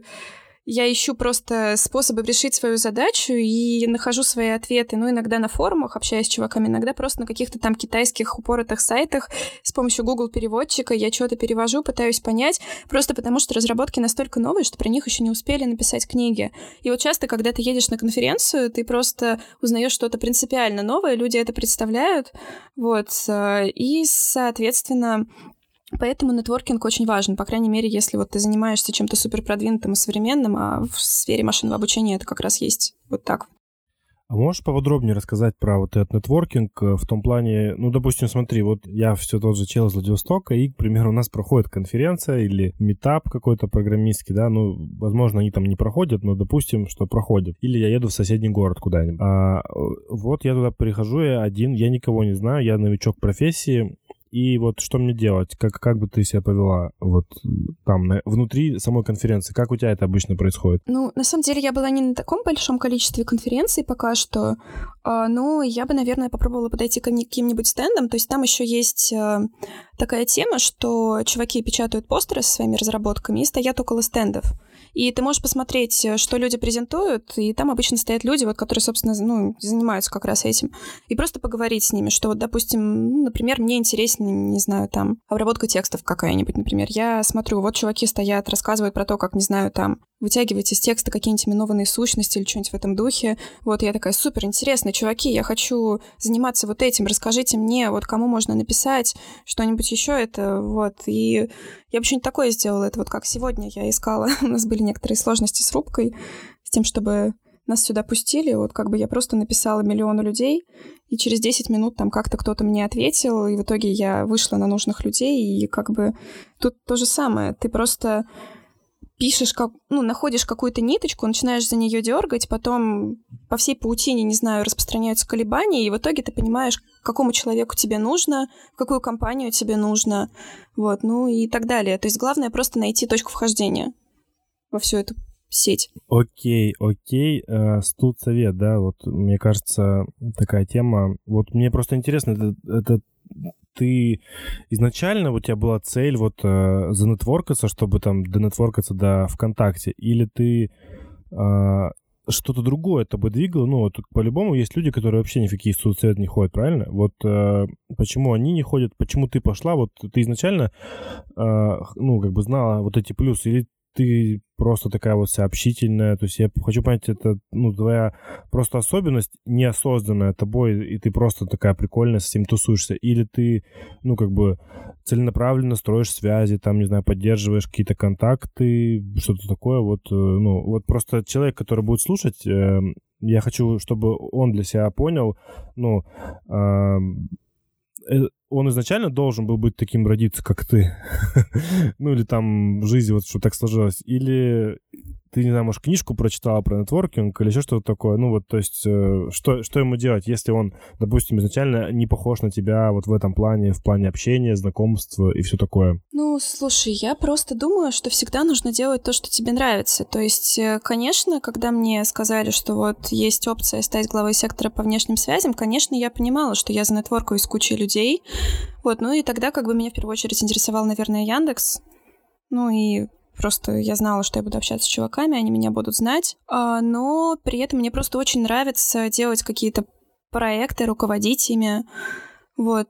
я ищу просто способы решить свою задачу и нахожу свои ответы, ну, иногда на форумах, общаясь с чуваками, иногда просто на каких-то там китайских упоротых сайтах с помощью Google-переводчика я что-то перевожу, пытаюсь понять, просто потому что разработки настолько новые, что про них еще не успели написать книги. И вот часто, когда ты едешь на конференцию, ты просто узнаешь что-то принципиально новое, люди это представляют, вот, и, соответственно... Поэтому нетворкинг очень важен, по крайней мере, если вот ты занимаешься чем-то суперпродвинутым и современным, а в сфере машинного обучения это как раз есть вот так. А можешь поподробнее рассказать про вот этот нетворкинг в том плане, ну, допустим, смотри, вот я все тот же чел из Владивостока, и, к примеру, у нас проходит конференция или митап какой-то программистский, да, ну, возможно, они там не проходят, но допустим, что проходят. Или я еду в соседний город куда-нибудь. А вот я туда прихожу, я один, я никого не знаю, я новичок профессии, и вот что мне делать? Как, как бы ты себя повела вот там, на, внутри самой конференции? Как у тебя это обычно происходит? Ну, на самом деле, я была не на таком большом количестве конференций пока что, э, но я бы, наверное, попробовала подойти к каким-нибудь стендам. То есть там еще есть э, такая тема, что чуваки печатают постеры со своими разработками и стоят около стендов. И ты можешь посмотреть, что люди презентуют, и там обычно стоят люди, вот, которые, собственно, ну, занимаются как раз этим. И просто поговорить с ними, что вот, допустим, ну, например, мне интереснее, не знаю, там, обработка текстов какая-нибудь, например. Я смотрю, вот чуваки стоят, рассказывают про то, как, не знаю, там, вытягивать из текста какие-нибудь именованные сущности или что-нибудь в этом духе. Вот, я такая, супер, интересно, чуваки, я хочу заниматься вот этим, расскажите мне, вот, кому можно написать что-нибудь еще, это, вот, и я бы что-нибудь такое сделала, это вот как сегодня я искала, у нас были некоторые сложности с рубкой, с тем, чтобы нас сюда пустили, вот как бы я просто написала миллиону людей, и через десять минут там как-то кто-то мне ответил, и в итоге я вышла на нужных людей, и как бы тут то же самое, ты просто пишешь, как, ну, находишь какую-то ниточку, начинаешь за нее дергать, потом по всей паутине, не знаю, распространяются колебания, и в итоге ты понимаешь, какому человеку тебе нужно, в какую компанию тебе нужно, вот, ну и так далее. То есть главное просто найти точку вхождения во всю эту сеть. Окей, окей, э, студсовет, да, вот мне кажется, такая тема. Вот мне просто интересно, это, это ты изначально, у тебя была цель вот э, занетворкаться, чтобы там донетворкаться до ВКонтакте, или ты э, что-то другое тобой двигало? Ну, вот по-любому есть люди, которые вообще ни в какие студсоветы не ходят, правильно? Вот э, почему они не ходят, почему ты пошла? Вот ты изначально, э, ну, как бы знала вот эти плюсы, или ты просто такая вот вся общительная, то есть я хочу понять, это, ну, твоя просто особенность неосознанная тобой, и ты просто такая прикольная, с этим тусуешься, или ты, ну, как бы целенаправленно строишь связи, там, не знаю, поддерживаешь какие-то контакты, что-то такое, вот, ну, вот просто человек, который будет слушать, э, я хочу, чтобы он для себя понял, ну, э, он изначально должен был быть таким, родиться, как ты. Ну, или там в жизни вот что так сложилось. Или ты, не знаю, может, книжку прочитала про нетворкинг или еще что-то такое. Ну, вот, то есть, э, что, что ему делать, если он, допустим, изначально не похож на тебя вот в этом плане, в плане общения, знакомства и все такое? Ну, слушай, я просто думаю, что всегда нужно делать то, что тебе нравится. То есть, конечно, когда мне сказали, что вот есть опция стать главой сектора по внешним связям, конечно, я понимала, что я занетворкаюсь с кучей людей. Вот, ну и тогда как бы меня в первую очередь интересовал, наверное, Яндекс. Ну и просто я знала, что я буду общаться с чуваками, они меня будут знать. А, но при этом мне просто очень нравится делать какие-то проекты, руководить ими. Вот.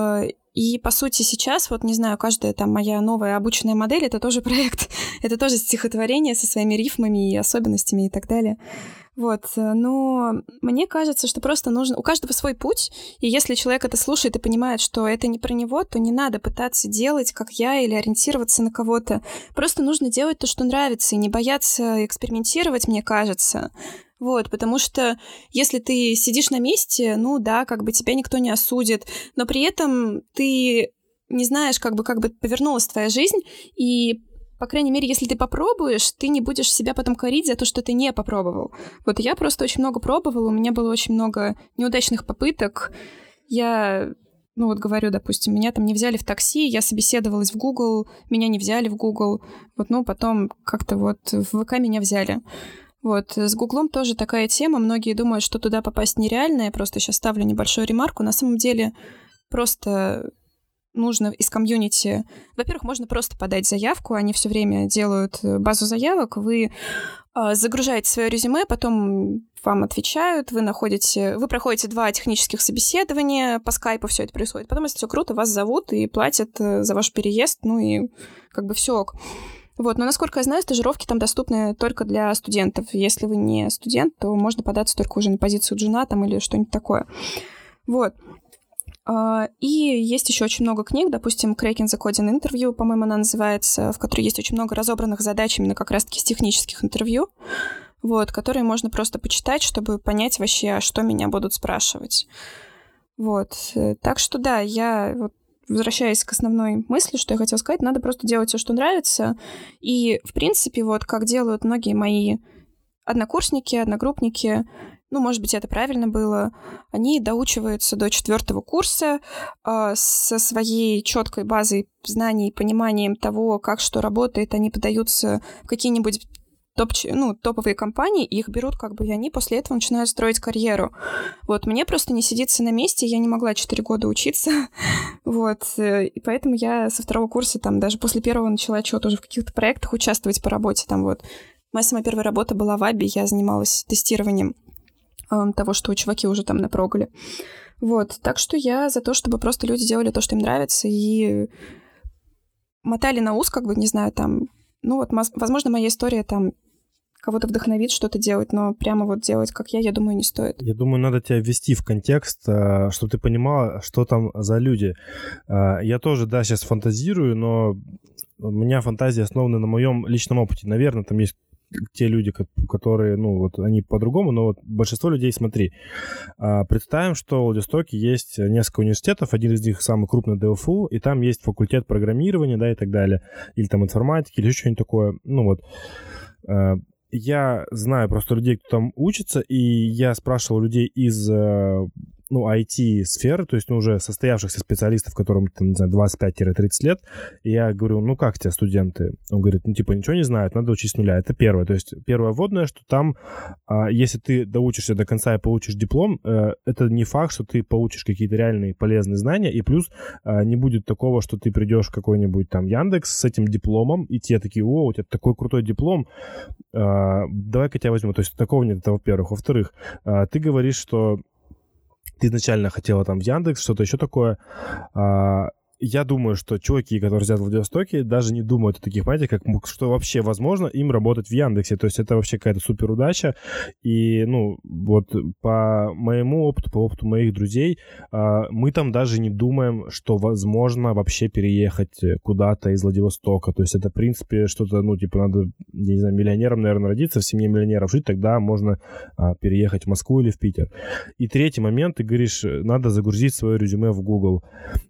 И, по сути, сейчас, вот, не знаю, каждая там моя новая обученная модель — это тоже проект. Это тоже стихотворение со своими рифмами и особенностями и так далее. Вот, но мне кажется, что просто нужно... У каждого свой путь, и если человек это слушает и понимает, что это не про него, то не надо пытаться делать, как я, или ориентироваться на кого-то. Просто нужно делать то, что нравится, и не бояться экспериментировать, мне кажется. Вот, потому что если ты сидишь на месте, ну да, как бы тебя никто не осудит, но при этом ты не знаешь, как бы, как бы повернулась твоя жизнь, и по крайней мере, если ты попробуешь, ты не будешь себя потом корить за то, что ты не попробовал. Вот я просто очень много пробовала, у меня было очень много неудачных попыток. Я, ну вот говорю, допустим, меня там не взяли в такси, я собеседовалась в Google, меня не взяли в Google. Вот, ну, потом как-то вот в ВК меня взяли. Вот, с Гуглом тоже такая тема. Многие думают, что туда попасть нереально. Я просто сейчас ставлю небольшую ремарку. На самом деле просто нужно из комьюнити... Во-первых, можно просто подать заявку. Они все время делают базу заявок. Вы э, загружаете свое резюме, потом вам отвечают, вы находите... Вы проходите два технических собеседования, по скайпу все это происходит. Потом, если все круто, вас зовут и платят за ваш переезд. Ну и как бы все ок. Вот, но, насколько я знаю, стажировки там доступны только для студентов. Если вы не студент, то можно податься только уже на позицию джуна там или что-нибудь такое. Вот. И есть еще очень много книг, допустим, Cracking the Coding Interview, по-моему, она называется, в которой есть очень много разобранных задач именно как раз-таки с технических интервью, вот, которые можно просто почитать, чтобы понять вообще, что меня будут спрашивать. Вот. Так что да, я вот, возвращаясь к основной мысли, что я хотела сказать, надо просто делать все, что нравится. И, в принципе, вот как делают многие мои однокурсники, одногруппники, ну, может быть, это правильно было, они доучиваются до четвертого курса э, со своей четкой базой знаний и пониманием того, как что работает, они подаются в какие-нибудь топ, ну, топовые компании, и их берут как бы, и они после этого начинают строить карьеру. Вот, мне просто не сидится на месте, я не могла четыре года учиться, вот, и поэтому я со второго курса, там, даже после первого начала что-то уже в каких-то проектах участвовать по работе, там, вот. Моя самая первая работа была в Аби, я занималась тестированием э, того, что чуваки уже там напрогали. Вот, так что я за то, чтобы просто люди делали то, что им нравится, и мотали на ус, как бы, не знаю, там, ну вот, возможно, моя история там кого-то вдохновит что-то делать, но прямо вот делать, как я, я думаю, не стоит. Я думаю, надо тебя ввести в контекст, чтобы ты понимала, что там за люди. Я тоже, да, сейчас фантазирую, но у меня фантазия основана на моем личном опыте. Наверное, там есть те люди, которые, ну, вот они по-другому, но вот большинство людей, смотри, представим, что в Владивостоке есть несколько университетов, один из них самый крупный ДФУ, и там есть факультет программирования, да, и так далее, или там информатики, или еще что-нибудь такое, ну, вот. Я знаю просто людей, кто там учится, и я спрашивал людей из, ну, ай ти-сферы, то есть, ну, уже состоявшихся специалистов, которым, там, не знаю, двадцать пять тридцать лет, и я говорю, ну, как тебе студенты? Он говорит, ну, типа, ничего не знают, надо учить с нуля. Это первое. То есть, первое вводное, что там, если ты доучишься до конца и получишь диплом, это не факт, что ты получишь какие-то реальные полезные знания, и плюс не будет такого, что ты придешь в какой-нибудь там Яндекс с этим дипломом, и те такие, о, у тебя такой крутой диплом, давай-ка тебя возьму. То есть, такого нет, это во-первых. Во-вторых, ты говоришь, что ты изначально хотела там в Яндекс, что-то еще такое. Я думаю, что чуваки, которые сидят в Владивостоке, даже не думают о таких понятиях, как что вообще возможно им работать в Яндексе. То есть это вообще какая-то супер удача. И, ну, вот по моему опыту, по опыту моих друзей, мы там даже не думаем, что возможно вообще переехать куда-то из Владивостока. То есть это, в принципе, что-то, ну, типа, надо, я не знаю, миллионером, наверное, родиться, в семье миллионеров жить, тогда можно переехать в Москву или в Питер. И третий момент, ты говоришь, надо загрузить свое резюме в Google.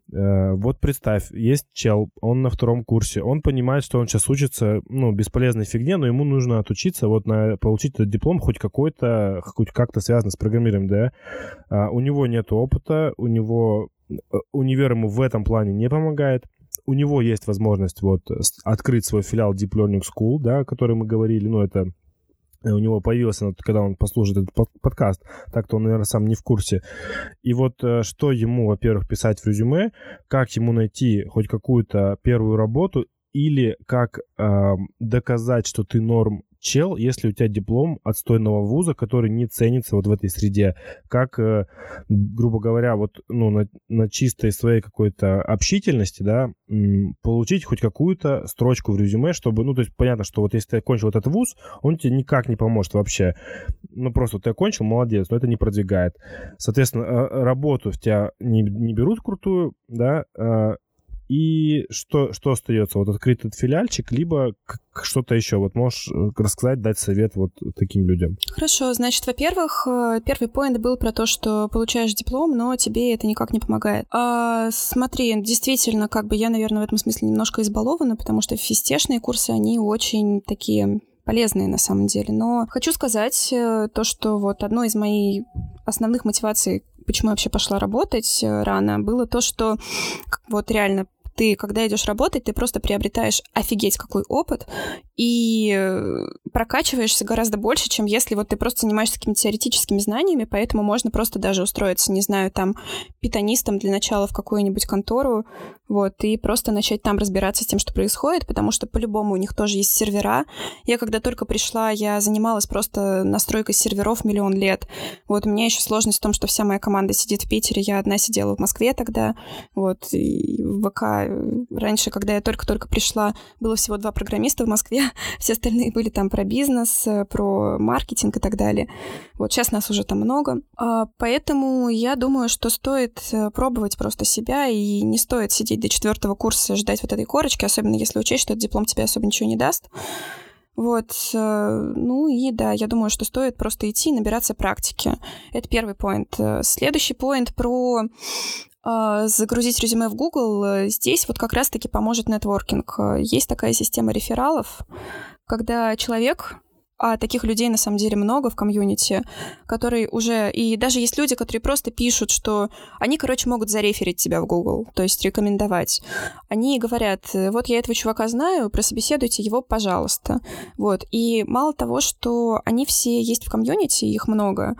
Вот представь, есть чел, он на втором курсе, он понимает, что он сейчас учится, ну, бесполезной фигне, но ему нужно отучиться, вот, на, получить этот диплом хоть какой-то, хоть как-то связано с программированием, да. А, у него нет опыта, у него, универ ему в этом плане не помогает. У него есть возможность вот открыть свой филиал Deep Learning School, да, о котором мы говорили, ну, это у него появилась она, когда он послушает этот подкаст, так-то он, наверное, сам не в курсе. И вот что ему, во-первых, писать в резюме, как ему найти хоть какую-то первую работу, или как э, доказать, что ты норм чел, если у тебя диплом отстойного вуза, который не ценится вот в этой среде. Как, э, грубо говоря, вот, ну, на, на чистой своей какой-то общительности, да, м, получить хоть какую-то строчку в резюме, чтобы, ну, то есть понятно, что вот если ты окончил этот вуз, он тебе никак не поможет вообще. Ну, просто ты окончил, молодец, но это не продвигает. Соответственно, э, работу в тебя не, не берут крутую, да, э, и что, что остается? Вот открыть этот филиальчик, либо что-то еще? Вот можешь рассказать, дать совет вот таким людям? Хорошо, значит, во-первых, первый поинт был про то, что получаешь диплом, но тебе это никак не помогает. А, смотри, действительно, как бы я, наверное, в этом смысле немножко избалована, потому что физтешные курсы, они очень такие полезные на самом деле. Но хочу сказать то, что вот одной из моих основных мотиваций, почему я вообще пошла работать рано, было то, что вот реально ты, когда идешь работать, ты просто приобретаешь офигеть какой опыт и прокачиваешься гораздо больше, чем если вот ты просто занимаешься какими-то теоретическими знаниями, поэтому можно просто даже устроиться, не знаю, там, питонистом для начала в какую-нибудь контору, вот, и просто начать там разбираться с тем, что происходит, потому что по-любому у них тоже есть сервера. Я когда только пришла, я занималась просто настройкой серверов миллион лет. Вот, у меня еще сложность в том, что вся моя команда сидит в Питере, я одна сидела в Москве тогда, вот, и в ВК раньше, когда я только-только пришла, было всего два программиста в Москве, все остальные были там про бизнес, про маркетинг и так далее. Вот сейчас нас уже там много. Поэтому я думаю, что стоит пробовать просто себя, и не стоит сидеть до четвертого курса, ждать вот этой корочки, особенно если учесть, что этот диплом тебе особо ничего не даст. Вот, ну и да, я думаю, что стоит просто идти и набираться практики. Это первый поинт. Следующий поинт про загрузить резюме в Google. Здесь вот как раз-таки поможет нетворкинг. Есть такая система рефералов, когда человек а таких людей на самом деле много в комьюнити, которые уже... И даже есть люди, которые просто пишут, что они, короче, могут зареферить тебя в Google, то есть рекомендовать. Они говорят, вот я этого чувака знаю, прособеседуйте его, пожалуйста. Вот. И мало того, что они все есть в комьюнити, их много,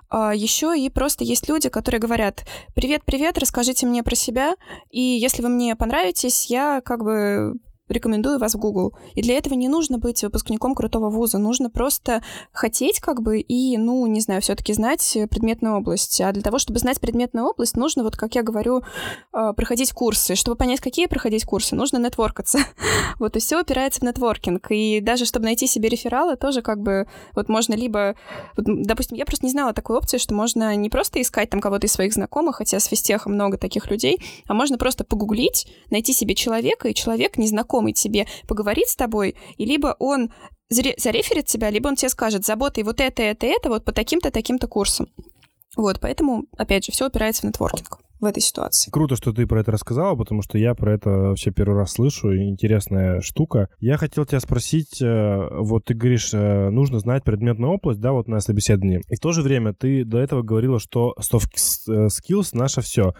еще и просто есть люди, которые говорят, привет-привет, расскажите мне про себя, и если вы мне понравитесь, я как бы... рекомендую вас в Google. И для этого не нужно быть выпускником крутого вуза, нужно просто хотеть как бы и, ну, не знаю, все-таки знать предметную область. А для того, чтобы знать предметную область, нужно, вот как я говорю, проходить курсы. Чтобы понять, какие проходить курсы, нужно нетворкаться. Вот, и все упирается в нетворкинг. И даже чтобы найти себе реферала, тоже как бы, вот можно либо, вот, допустим, я просто не знала такой опции, что можно не просто искать там кого-то из своих знакомых, хотя с физтеха много таких людей, а можно просто погуглить, найти себе человека, и человек незнакомый тебе поговорит с тобой, и либо он зареферит тебя, либо он тебе скажет, заботай вот это, это, это, вот по таким-то, таким-то курсам. Вот, поэтому, опять же, все упирается в нетворкинг в этой ситуации. Круто, что ты про это рассказала, потому что я про это вообще первый раз слышу, интересная штука. Я хотел тебя спросить, вот ты говоришь, нужно знать предметную область, да, вот на собеседовании. И в то же время ты до этого говорила, что soft skills — наше все.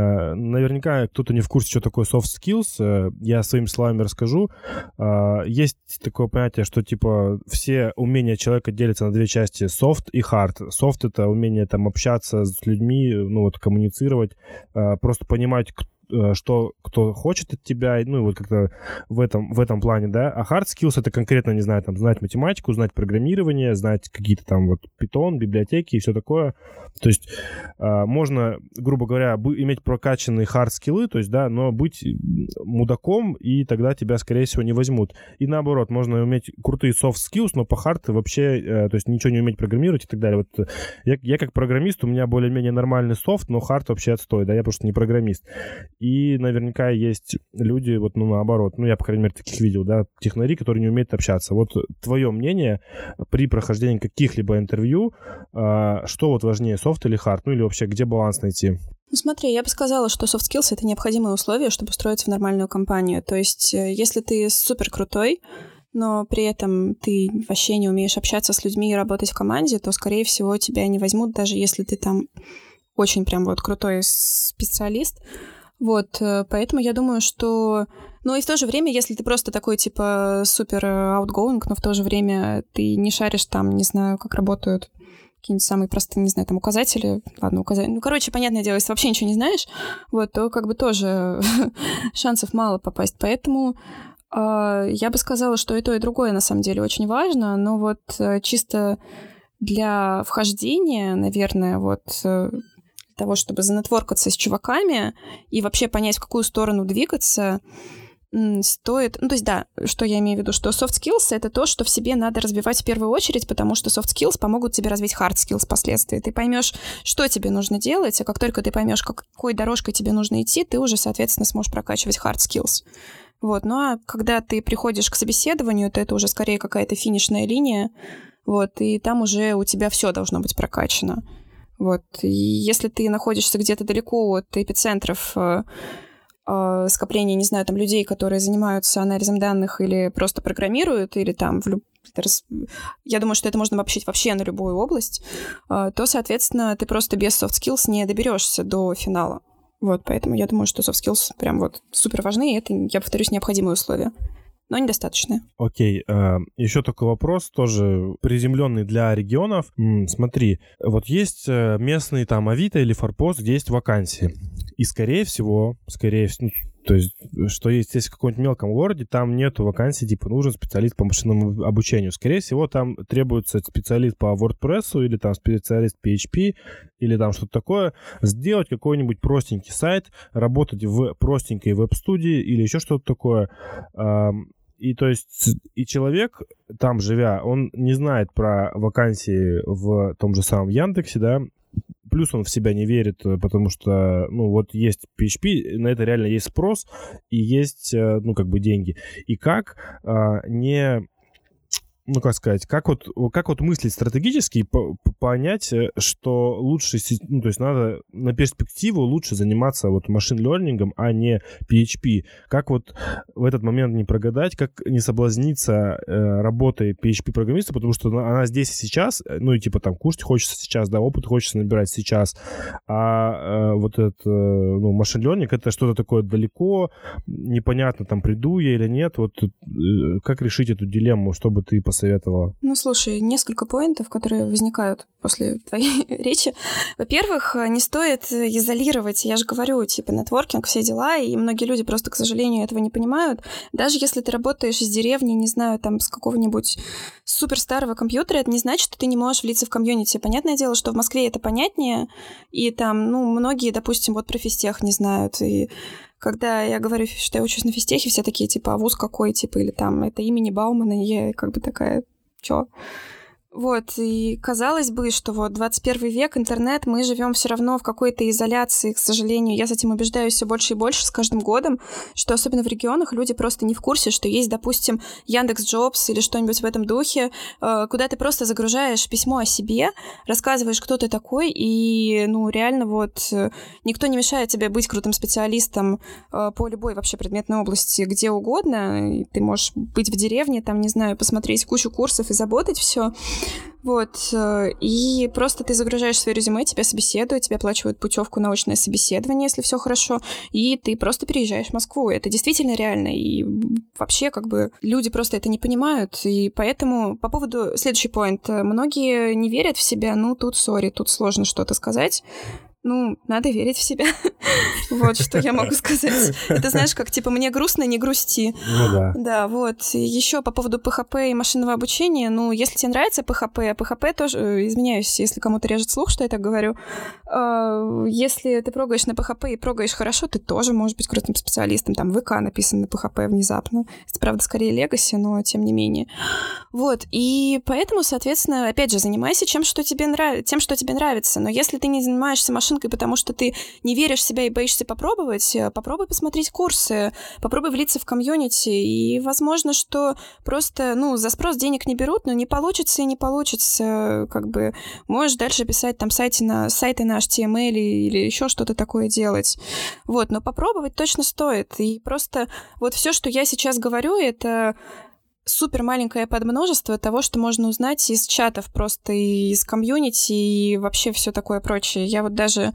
Наверняка кто-то не в курсе, что такое soft skills. Я своими словами расскажу. Есть такое понятие, что типа все умения человека делятся на две части: soft и hard. Soft — это умение там общаться с людьми, ну вот коммуницировать, просто понимать, что кто хочет от тебя, ну, и вот как-то в этом, в этом плане, да. А hard skills — это конкретно, не знаю, там, знать математику, знать программирование, знать какие-то там вот Python, библиотеки и все такое. То есть э, можно, грубо говоря, бы, иметь прокачанные hard skills, то есть, да, но быть мудаком, и тогда тебя, скорее всего, не возьмут. И наоборот, можно иметь крутые soft skills, но по hard вообще, э, то есть ничего не уметь программировать и так далее. Вот я, я как программист, у меня более-менее нормальный софт, но hard вообще отстой, да, я просто не программист. И наверняка есть люди, вот, ну, наоборот, ну, я, по крайней мере, таких видел, да, технари, которые не умеют общаться. Вот твое мнение при прохождении каких-либо интервью, э, что вот важнее, софт или хард, ну, или вообще, где баланс найти? Ну, смотри, я бы сказала, что soft skills — это необходимое условие, чтобы устроиться в нормальную компанию. То есть, если ты супер крутой, но при этом ты вообще не умеешь общаться с людьми и работать в команде, то, скорее всего, тебя не возьмут, даже если ты там очень прям вот крутой специалист. Вот, поэтому я думаю, что... Ну и в то же время, если ты просто такой, типа, супер outgoing, но в то же время ты не шаришь там, не знаю, как работают какие-нибудь самые простые, не знаю, там, указатели, ладно, указатели, ну, короче, понятное дело, если вообще ничего не знаешь, вот, то как бы тоже шансов мало попасть, поэтому э, я бы сказала, что и то, и другое на самом деле очень важно, но вот э, чисто для вхождения, наверное, вот... Э, того, чтобы занетворкаться с чуваками и вообще понять, в какую сторону двигаться, стоит... Ну, то есть, да, что я имею в виду, что soft skills — это то, что в себе надо развивать в первую очередь, потому что soft skills помогут тебе развить hard skills впоследствии. Ты поймешь, что тебе нужно делать, а как только ты поймешь, какой дорожкой тебе нужно идти, ты уже, соответственно, сможешь прокачивать hard skills. Вот. Ну, а когда ты приходишь к собеседованию, то это уже скорее какая-то финишная линия, вот, и там уже у тебя все должно быть прокачано. Вот. И если ты находишься где-то далеко от эпицентров э, э, скопления, не знаю, там, людей, которые занимаются анализом данных или просто программируют, или там... В люб... Я думаю, что это можно обобщить вообще на любую область, э, то, соответственно, ты просто без soft skills не доберешься до финала. Вот, поэтому я думаю, что soft skills прям вот супер важны, и это, я повторюсь, необходимые условия. Но недостаточно. Окей, okay. Еще такой вопрос, тоже приземленный для регионов. Смотри, вот есть местный там Авито или Форпост, где есть вакансии. И, скорее всего, скорее всего, то есть, что есть, если в каком-нибудь мелком городе, там нету вакансий, типа, нужен специалист по машинному обучению. Скорее всего, там требуется специалист по WordPress или там специалист пи эйч пи или там что-то такое. Сделать какой-нибудь простенький сайт, работать в простенькой веб-студии или еще что-то такое. И то есть и человек, там живя, он не знает про вакансии в том же самом Яндексе, да, плюс он в себя не верит, потому что, ну, вот есть пи эйч пи, на это реально есть спрос и есть, ну, как бы деньги. И как а, не... ну, как сказать, как вот, как вот мыслить стратегически, по- понять, что лучше, ну, то есть надо на перспективу лучше заниматься вот машин-лернингом, а не пи эйч пи. Как вот в этот момент не прогадать, как не соблазниться э, работой пи эйч пи-программиста, потому что она, она здесь и сейчас, ну, и типа там кушать хочется сейчас, да, опыт хочется набирать сейчас, а э, вот этот, э, ну, машин-лернинг — это что-то такое далеко, непонятно, там, приду я или нет. Вот э, как решить эту дилемму, чтобы ты посоветовала? Ну, слушай, несколько поинтов, которые возникают после твоей речи. Во-первых, не стоит изолировать, я же говорю, типа, нетворкинг, все дела, и многие люди просто, к сожалению, этого не понимают. Даже если ты работаешь из деревни, не знаю, там, с какого-нибудь супер старого компьютера, это не значит, что ты не можешь влиться в комьюнити. Понятное дело, что в Москве это понятнее, и там, ну, многие, допустим, вот про физтех не знают, и когда я говорю, что я учусь на физтехе, все такие, типа, а вуз какой, типа, или там, это имени Баумана, и я как бы такая, чё? Вот, и казалось бы, что вот двадцать первый век, интернет, мы живем все равно в какой-то изоляции, к сожалению. Я с этим убеждаюсь все больше и больше с каждым годом, что особенно в регионах люди просто не в курсе, что есть, допустим, Яндекс.Джобс или что-нибудь в этом духе, куда ты просто загружаешь письмо о себе, рассказываешь, кто ты такой, и, ну, реально вот никто не мешает тебе быть крутым специалистом по любой вообще предметной области, где угодно. Ты можешь быть в деревне, там, не знаю, посмотреть кучу курсов и заботать все. Вот, и просто ты загружаешь свое резюме, тебя собеседуют, тебе оплачивают путевку на очное собеседование, если все хорошо, и ты просто переезжаешь в Москву. Это действительно реально, и вообще как бы люди просто это не понимают, и поэтому по поводу... Следующий поинт. Многие не верят в себя, ну, тут, сори, тут сложно что-то сказать. Ну, надо верить в себя. Вот, что я могу сказать. Это, знаешь, как, типа, мне грустно, не грусти. Ну да. Да, вот. Еще по поводу пэ хэ пэ и машинного обучения. Ну, если тебе нравится пэ хэ пэ, пэ хэ пэ тоже, извиняюсь, если кому-то режет слух, что я так говорю, если ты прогаешь на пэ хэ пэ и прогаешь хорошо, ты тоже можешь быть крутым специалистом. Там вэ ка написан на пэ хэ пэ внезапно. Это, правда, скорее легаси, но тем не менее. Вот. И поэтому, соответственно, опять же, занимайся чем, что тебе нрав... тем, что тебе нравится. Но если ты не занимаешься машинкой, потому что ты не веришь в себя и боишься попробовать, попробуй посмотреть курсы, попробуй влиться в комьюнити, и возможно, что просто, ну, за спрос денег не берут, но не получится и не получится, как бы, можешь дальше писать там сайты на, сайты на эйч ти эм эль или еще что-то такое делать. Вот, но попробовать точно стоит, и просто вот все, что я сейчас говорю, это супер маленькое подмножество того, что можно узнать из чатов просто, и из комьюнити, и вообще все такое прочее. Я вот даже,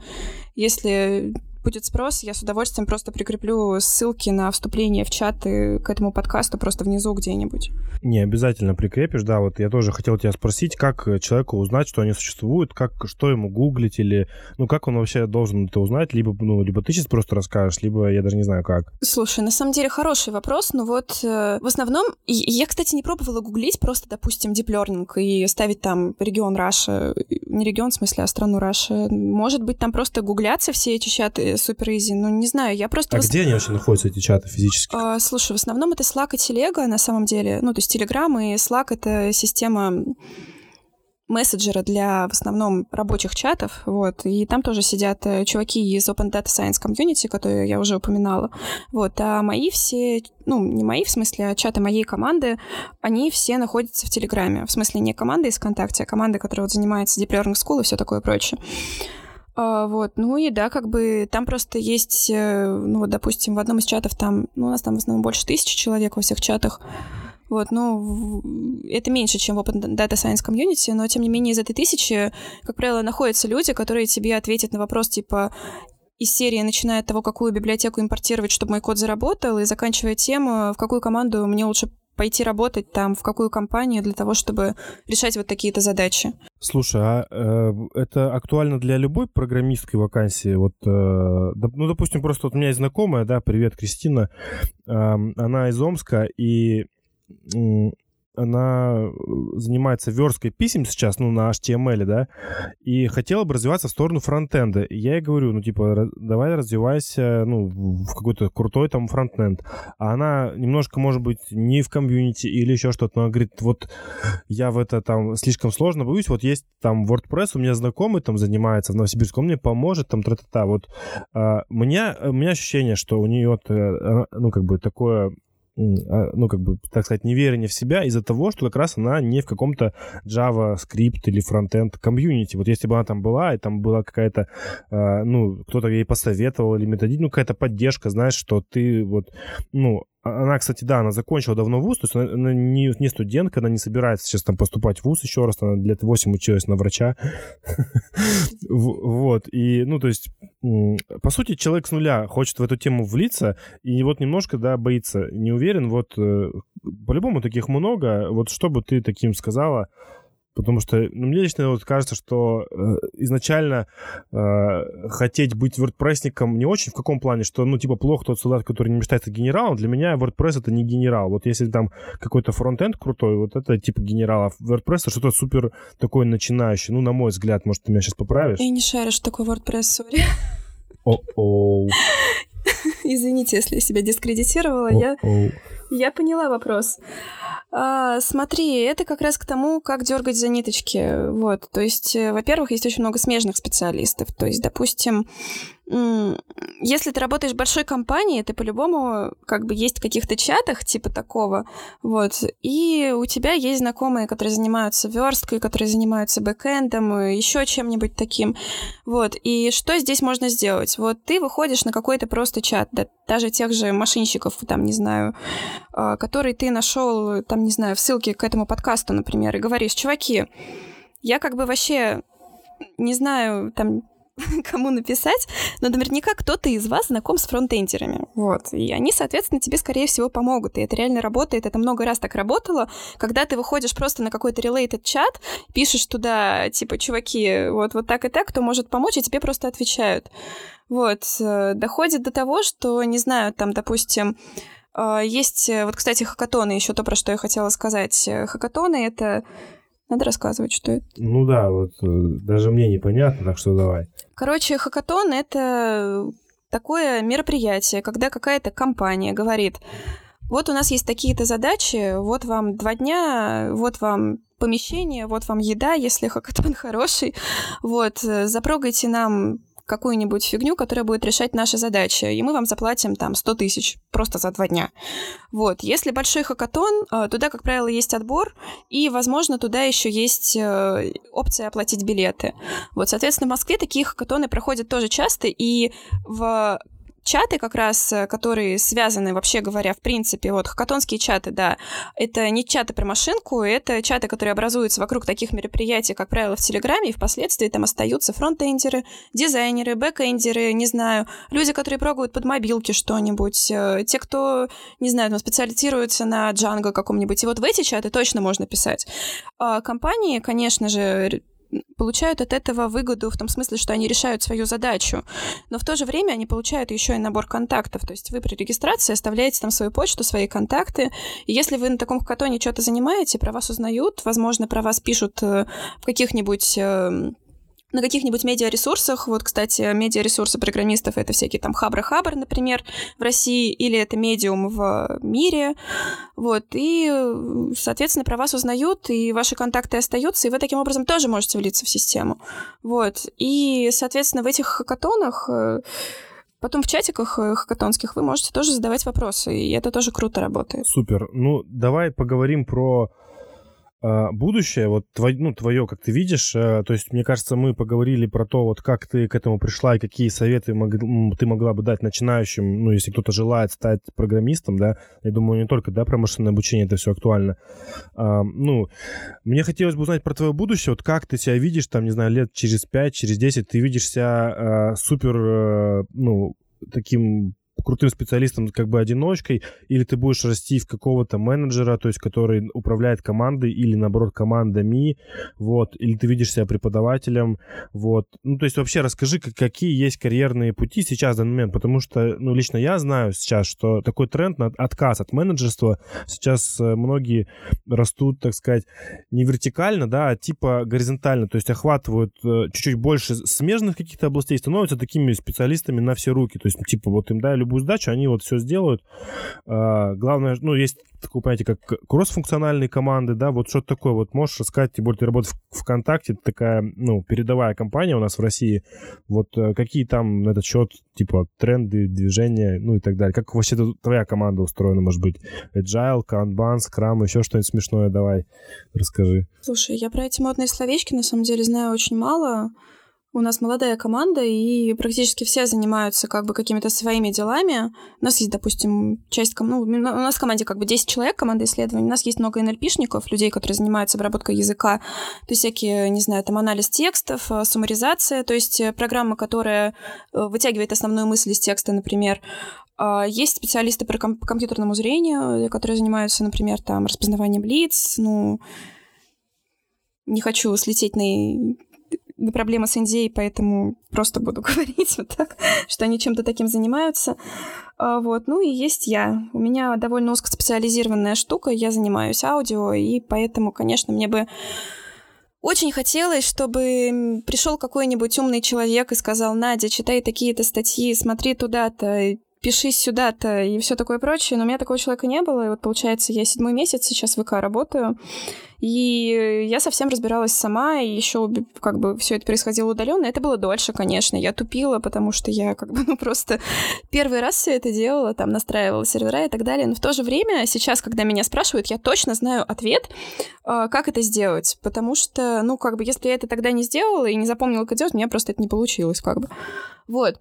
если будет спрос, я с удовольствием просто прикреплю ссылки на вступление в чаты к этому подкасту просто внизу где-нибудь. Не, обязательно прикрепишь, да, вот я тоже хотел тебя спросить, как человеку узнать, что они существуют, как, что ему гуглить, или, ну, как он вообще должен это узнать, либо, ну, либо ты сейчас просто расскажешь, либо я даже не знаю как. Слушай, на самом деле хороший вопрос, но вот э, в основном, я, кстати, не пробовала гуглить просто, допустим, Deep Learning и ставить там регион Раша, не регион, в смысле, а страну Раша. Может быть, там просто гуглятся все эти чаты супер изи, ну, не знаю, я просто... А в... где они вообще находятся, эти чаты физически? А, слушай, в основном это Slack и Телега, на самом деле, ну, то есть Telegram и Slack — это система мессенджера для, в основном, рабочих чатов, вот, и там тоже сидят чуваки из Open Data Science Community, которые я уже упоминала, вот, а мои все, ну, не мои, в смысле, а чаты моей команды, они все находятся в Телеграме, в смысле, не команда из ВКонтакте, а команда, которая вот занимается Deep Learning School и все такое прочее. Uh, вот, ну и да, как бы там просто есть, ну вот, допустим, в одном из чатов там, ну у нас там в основном больше тысячи человек во всех чатах, вот, ну это меньше, чем в Open Data Science Community, но тем не менее из этой тысячи, как правило, находятся люди, которые тебе ответят на вопрос типа из серии, начиная от того, какую библиотеку импортировать, чтобы мой код заработал, и заканчивая тем, в какую команду мне лучше пойти работать там, в какую компанию для того, чтобы решать вот такие-то задачи. Слушай, а э, это актуально для любой программистской вакансии? Вот, э, ну, допустим, просто вот у меня есть знакомая, да, привет, Кристина, э, она из Омска, и э, она занимается версткой писем сейчас, ну, на эйч ти эм эль, да, и хотела бы развиваться в сторону фронтенда. И я ей говорю, ну, типа, давай развивайся, ну, в какой-то крутой там фронтенд. А она немножко, может быть, не в комьюнити или еще что-то, но она говорит, вот я в это там слишком сложно боюсь, вот есть там WordPress, у меня знакомый там занимается в Новосибирске, он мне поможет, там, тра-та-та. Вот а, у меня, у меня ощущение, что у нее, ну, как бы такое... ну, как бы, так сказать, неверие в себя из-за того, что как раз она не в каком-то JavaScript или фронтенд комьюнити. Вот если бы она там была, и там была какая-то, ну, кто-то ей посоветовал или методик, ну, какая-то поддержка, знаешь, что ты вот, ну, она, кстати, да, она закончила давно вуз, то есть она, она не, не студентка, она не собирается сейчас там поступать в вуз еще раз, она лет восемь училась на врача. Вот, и, ну, то есть, по сути, человек с нуля хочет в эту тему влиться, и вот немножко, да, боится, не уверен, вот, по-любому таких много, вот что бы ты таким сказала? Потому что, ну, мне лично вот кажется, что э, изначально э, хотеть быть вордпрессником не очень в каком плане, что, ну, типа, плохо тот солдат, который не мечтает стать генералом. Для меня WordPress — это не генерал. Вот если там какой-то фронтенд крутой, вот это типа генерал, а WordPress — это что-то супер такое начинающее. Ну, на мой взгляд, может, ты меня сейчас поправишь? Я не шарю, что такое WordPress, сори. О-оу. Извините, если я себя дискредитировала. Я, я поняла вопрос. А, смотри, это как раз к тому, как дергать за ниточки. Вот. То есть, во-первых, есть очень много смежных специалистов. То есть, допустим, если ты работаешь в большой компании, ты по-любому как бы есть в каких-то чатах типа такого, вот, и у тебя есть знакомые, которые занимаются версткой, которые занимаются бэкэндом, еще чем-нибудь таким, вот, и что здесь можно сделать? Вот ты выходишь на какой-то просто чат, да, даже тех же машинщиков, там, не знаю, который ты нашел, там, не знаю, в ссылке к этому подкасту, например, и говоришь: чуваки, я как бы вообще не знаю, там, кому написать, но наверняка кто-то из вас знаком с фронтендерами. Вот. И они, соответственно, тебе, скорее всего, помогут. И это реально работает. Это много раз так работало, когда ты выходишь просто на какой-то related чат, пишешь туда, типа, чуваки, вот, вот так и так, кто может помочь, и тебе просто отвечают. Вот. Доходит до того, что, не знаю, там, допустим, есть... Вот, кстати, хакатоны, еще то, про что я хотела сказать. Хакатоны — это... Надо рассказывать, что это. Ну да, вот даже мне непонятно, так что давай. Короче, хакатон — это такое мероприятие, когда какая-то компания говорит: вот у нас есть такие-то задачи, вот вам два дня, вот вам помещение, вот вам еда, если хакатон хороший, вот, запрогайте нам какую-нибудь фигню, которая будет решать наши задачи, и мы вам заплатим там сто тысяч просто за два дня. Вот. Если большой хакатон, туда, как правило, есть отбор, и, возможно, туда еще есть опция оплатить билеты. Вот, соответственно, в Москве такие хакатоны проходят тоже часто, и в чаты как раз, которые связаны, вообще говоря, в принципе, вот хакатонские чаты, да, это не чаты про машинку, это чаты, которые образуются вокруг таких мероприятий, как правило, в Телеграме, и впоследствии там остаются фронтендеры, дизайнеры, бэкэндеры, не знаю, люди, которые пробуют под мобилки что-нибудь, те, кто, не знаю, там, специализируется на Django каком-нибудь, и вот в эти чаты точно можно писать. А компании, конечно же, получают от этого выгоду в том смысле, что они решают свою задачу, но в то же время они получают еще и набор контактов, то есть вы при регистрации оставляете там свою почту, свои контакты, и если вы на таком хакатоне что-то занимаете, про вас узнают, возможно, про вас пишут в каких-нибудь... на каких-нибудь медиаресурсах. Вот, кстати, медиаресурсы программистов — это всякие там Хабр-Хабр, например, в России, или это Медиум в мире. Вот, и, соответственно, про вас узнают, и ваши контакты остаются, и вы таким образом тоже можете влиться в систему. Вот, и, соответственно, в этих хакатонах... Потом в чатиках хакатонских вы можете тоже задавать вопросы, и это тоже круто работает. Супер. Ну, давай поговорим про будущее, вот твое, ну, твое, как ты видишь, то есть, мне кажется, мы поговорили про то, вот как ты к этому пришла и какие советы мог, ты могла бы дать начинающим, ну, если кто-то желает стать программистом, да, я думаю, не только, да, про машинное обучение это все актуально. А, ну, мне хотелось бы узнать про твое будущее, вот как ты себя видишь, там, не знаю, лет через пять, через десять, ты видишь себя а, супер, а, ну, таким крутым специалистом, как бы одиночкой, или ты будешь расти в какого-то менеджера, то есть который управляет командой или, наоборот, командами, вот, или ты видишь себя преподавателем, вот. Ну, то есть вообще расскажи, какие есть карьерные пути сейчас в данный момент, потому что, ну, лично я знаю сейчас, что такой тренд на отказ от менеджерства, сейчас многие растут, так сказать, не вертикально, да, а типа горизонтально, то есть охватывают чуть-чуть больше смежных каких-то областей, становятся такими специалистами на все руки, то есть, типа, вот им дай любую любую задачу, они вот все сделают. А, главное, ну, есть такое понятие, как кроссфункциональные команды, да, вот что-то такое, вот можешь рассказать, тем более ты работаешь в ВКонтакте, это такая, ну, передовая компания у нас в России, вот какие там на этот счет, типа, тренды, движения, ну и так далее, как вообще твоя команда устроена, может быть, Agile, Kanban, Scrum, еще что-нибудь смешное, давай, расскажи. Слушай, я про эти модные словечки, на самом деле, знаю очень мало. У нас молодая команда, и практически все занимаются как бы какими-то своими делами. У нас есть, допустим, часть... Ну, у нас в команде как бы десять человек, команда исследований. У нас есть много эн эл пи-шников, людей, которые занимаются обработкой языка. То есть всякие, не знаю, там анализ текстов, суммаризация, то есть программа, которая вытягивает основную мысль из текста, например. Есть специалисты по ком- компьютерному зрению, которые занимаются, например, там распознаванием лиц. Ну, не хочу слететь на... проблема с эн ди эй, поэтому просто буду говорить вот так, что они чем-то таким занимаются. Вот. Ну и есть я. У меня довольно узкоспециализированная штука, я занимаюсь аудио, и поэтому, конечно, мне бы очень хотелось, чтобы пришел какой-нибудь умный человек и сказал: Надя, читай такие-то статьи, смотри туда-то, пиши сюда-то и все такое прочее, но у меня такого человека не было, и вот, получается, я седьмой месяц сейчас в ВК работаю, и я совсем разбиралась сама, и еще как бы все это происходило удаленно. Это было дольше, конечно, я тупила, потому что я как бы, ну, просто первый раз все это делала, там, настраивала сервера и так далее, но в то же время сейчас, когда меня спрашивают, я точно знаю ответ, как это сделать, потому что, ну, как бы, если я это тогда не сделала и не запомнила, как это делать, у меня просто это не получилось, как бы. Вот.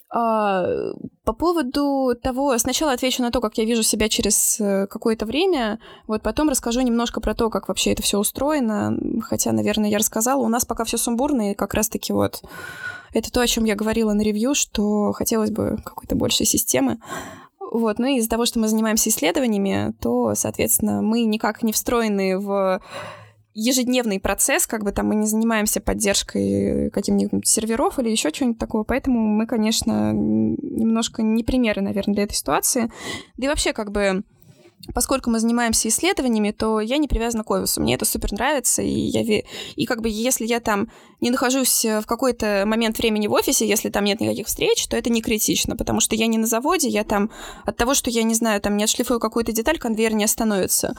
По поводу того, сначала отвечу на то, как я вижу себя через какое-то время, вот потом расскажу немножко про то, как вообще это все устроено, хотя, наверное, я рассказала. У нас пока все сумбурно, и как раз-таки вот это то, о чем я говорила на ревью, что хотелось бы какой-то большей системы. Вот. Ну и из-за того, что мы занимаемся исследованиями, то, соответственно, мы никак не встроены в ежедневный процесс, как бы там мы не занимаемся поддержкой каких-нибудь серверов или еще чего-нибудь такого, поэтому мы, конечно, немножко не примеры, наверное, для этой ситуации. Да и вообще, как бы, поскольку мы занимаемся исследованиями, то я не привязана к офису. Мне это супер нравится, и, я, и как бы если я там не нахожусь в какой-то момент времени в офисе, если там нет никаких встреч, то это не критично, потому что я не на заводе, я там от того, что я, не знаю, там не отшлифую какую-то деталь, конвейер не остановится.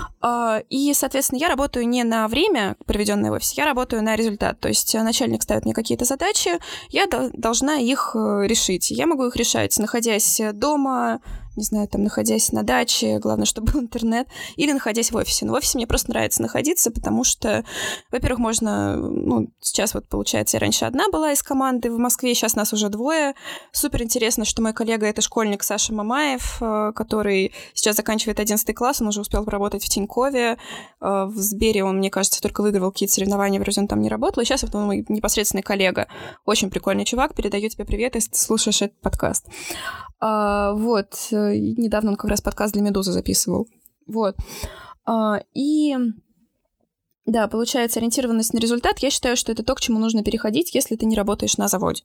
И, соответственно, я работаю не на время, проведенное в офисе, я работаю на результат. То есть начальник ставит мне какие-то задачи, я должна их решить. Я могу их решать, находясь дома, не знаю, там, находясь на даче, главное, чтобы был интернет, или находясь в офисе. Но в офисе мне просто нравится находиться, потому что, во-первых, можно, ну, сейчас вот, получается, я раньше одна была из команды в Москве, сейчас нас уже двое. Супер интересно, что мой коллега — это школьник Саша Мамаев, который сейчас заканчивает одиннадцатый класс, он уже успел поработать в Тинькове, в Сбере он, мне кажется, только выигрывал какие-то соревнования, вроде он там не работал, и сейчас вот он мой непосредственный коллега. Очень прикольный чувак, передаю тебе привет, если ты слушаешь этот подкаст. А, вот, недавно он как раз подкаст для «Медузы» записывал. Вот. А, и, да, получается, ориентированность на результат. Я считаю, что это то, к чему нужно переходить, если ты не работаешь на заводе.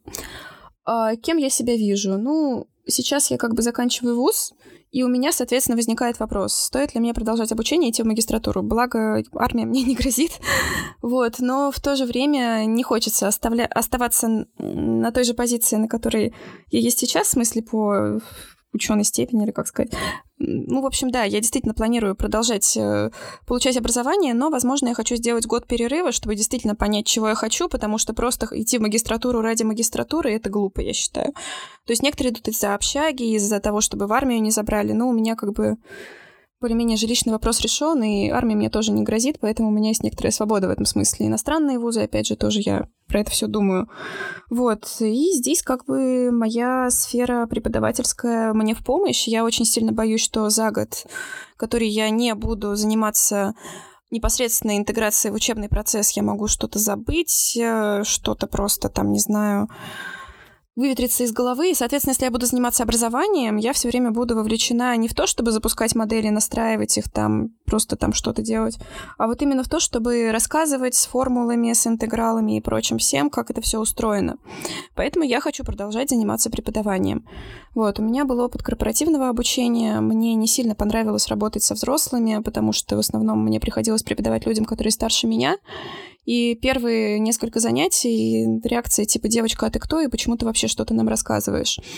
А, кем я себя вижу? Ну, сейчас я как бы заканчиваю вуз, и у меня, соответственно, возникает вопрос, стоит ли мне продолжать обучение и идти в магистратуру. Благо, армия мне не грозит. Вот. Но в то же время не хочется оставля... оставаться на той же позиции, на которой я есть сейчас, в смысле по ученой степени, или как сказать. Ну, в общем, да, я действительно планирую продолжать э, получать образование, но, возможно, я хочу сделать год перерыва, чтобы действительно понять, чего я хочу, потому что просто идти в магистратуру ради магистратуры — это глупо, я считаю. То есть некоторые идут из-за общаги, из-за того, чтобы в армию не забрали, но у меня как бы более-менее жилищный вопрос решен, и армия мне тоже не грозит, поэтому у меня есть некоторая свобода в этом смысле. Иностранные вузы, опять же, тоже я про это все думаю. Вот. И здесь как бы моя сфера преподавательская мне в помощь. Я очень сильно боюсь, что за год, который я не буду заниматься непосредственно интеграцией в учебный процесс, я могу что-то забыть, что-то просто там, не знаю, выветриться из головы, и, соответственно, если я буду заниматься образованием, я все время буду вовлечена не в то, чтобы запускать модели, настраивать их там, просто там что-то делать, а вот именно в то, чтобы рассказывать с формулами, с интегралами и прочим всем, как это все устроено. Поэтому я хочу продолжать заниматься преподаванием. Вот, у меня был опыт корпоративного обучения, мне не сильно понравилось работать со взрослыми, потому что в основном мне приходилось преподавать людям, которые старше меня. И первые несколько занятий реакция типа «девочка, а ты кто? И почему ты вообще что-то нам рассказываешь?»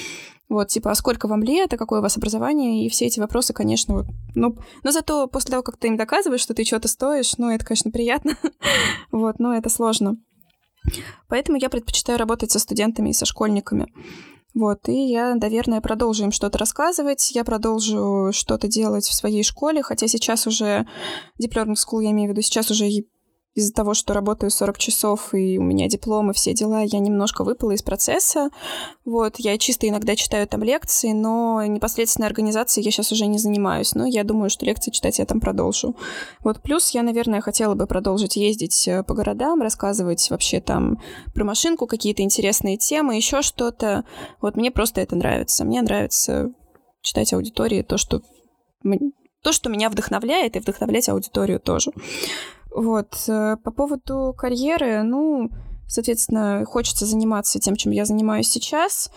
Вот, типа, а сколько вам лет, а какое у вас образование, и все эти вопросы, конечно, вот, ну, но зато после того, как ты им доказываешь, что ты что-то стоишь, ну, это, конечно, приятно, вот, но это сложно. Поэтому я предпочитаю работать со студентами и со школьниками. Вот, и я, наверное, продолжу им что-то рассказывать, я продолжу что-то делать в своей школе, хотя сейчас уже, Deep Learning School, я имею в виду, сейчас уже из-за того, что работаю сорок часов, и у меня диплом, и все дела, я немножко выпала из процесса. Вот, я чисто иногда читаю там лекции, но непосредственно организацией я сейчас уже не занимаюсь. Но я думаю, что лекции читать я там продолжу. Вот, плюс я, наверное, хотела бы продолжить ездить по городам, рассказывать вообще там про машинку, какие-то интересные темы, еще что-то. Вот, мне просто это нравится. Мне нравится читать аудитории то, что, то, что меня вдохновляет, и вдохновлять аудиторию тоже. Вот, по поводу карьеры, ну, соответственно, хочется заниматься тем, чем я занимаюсь сейчас,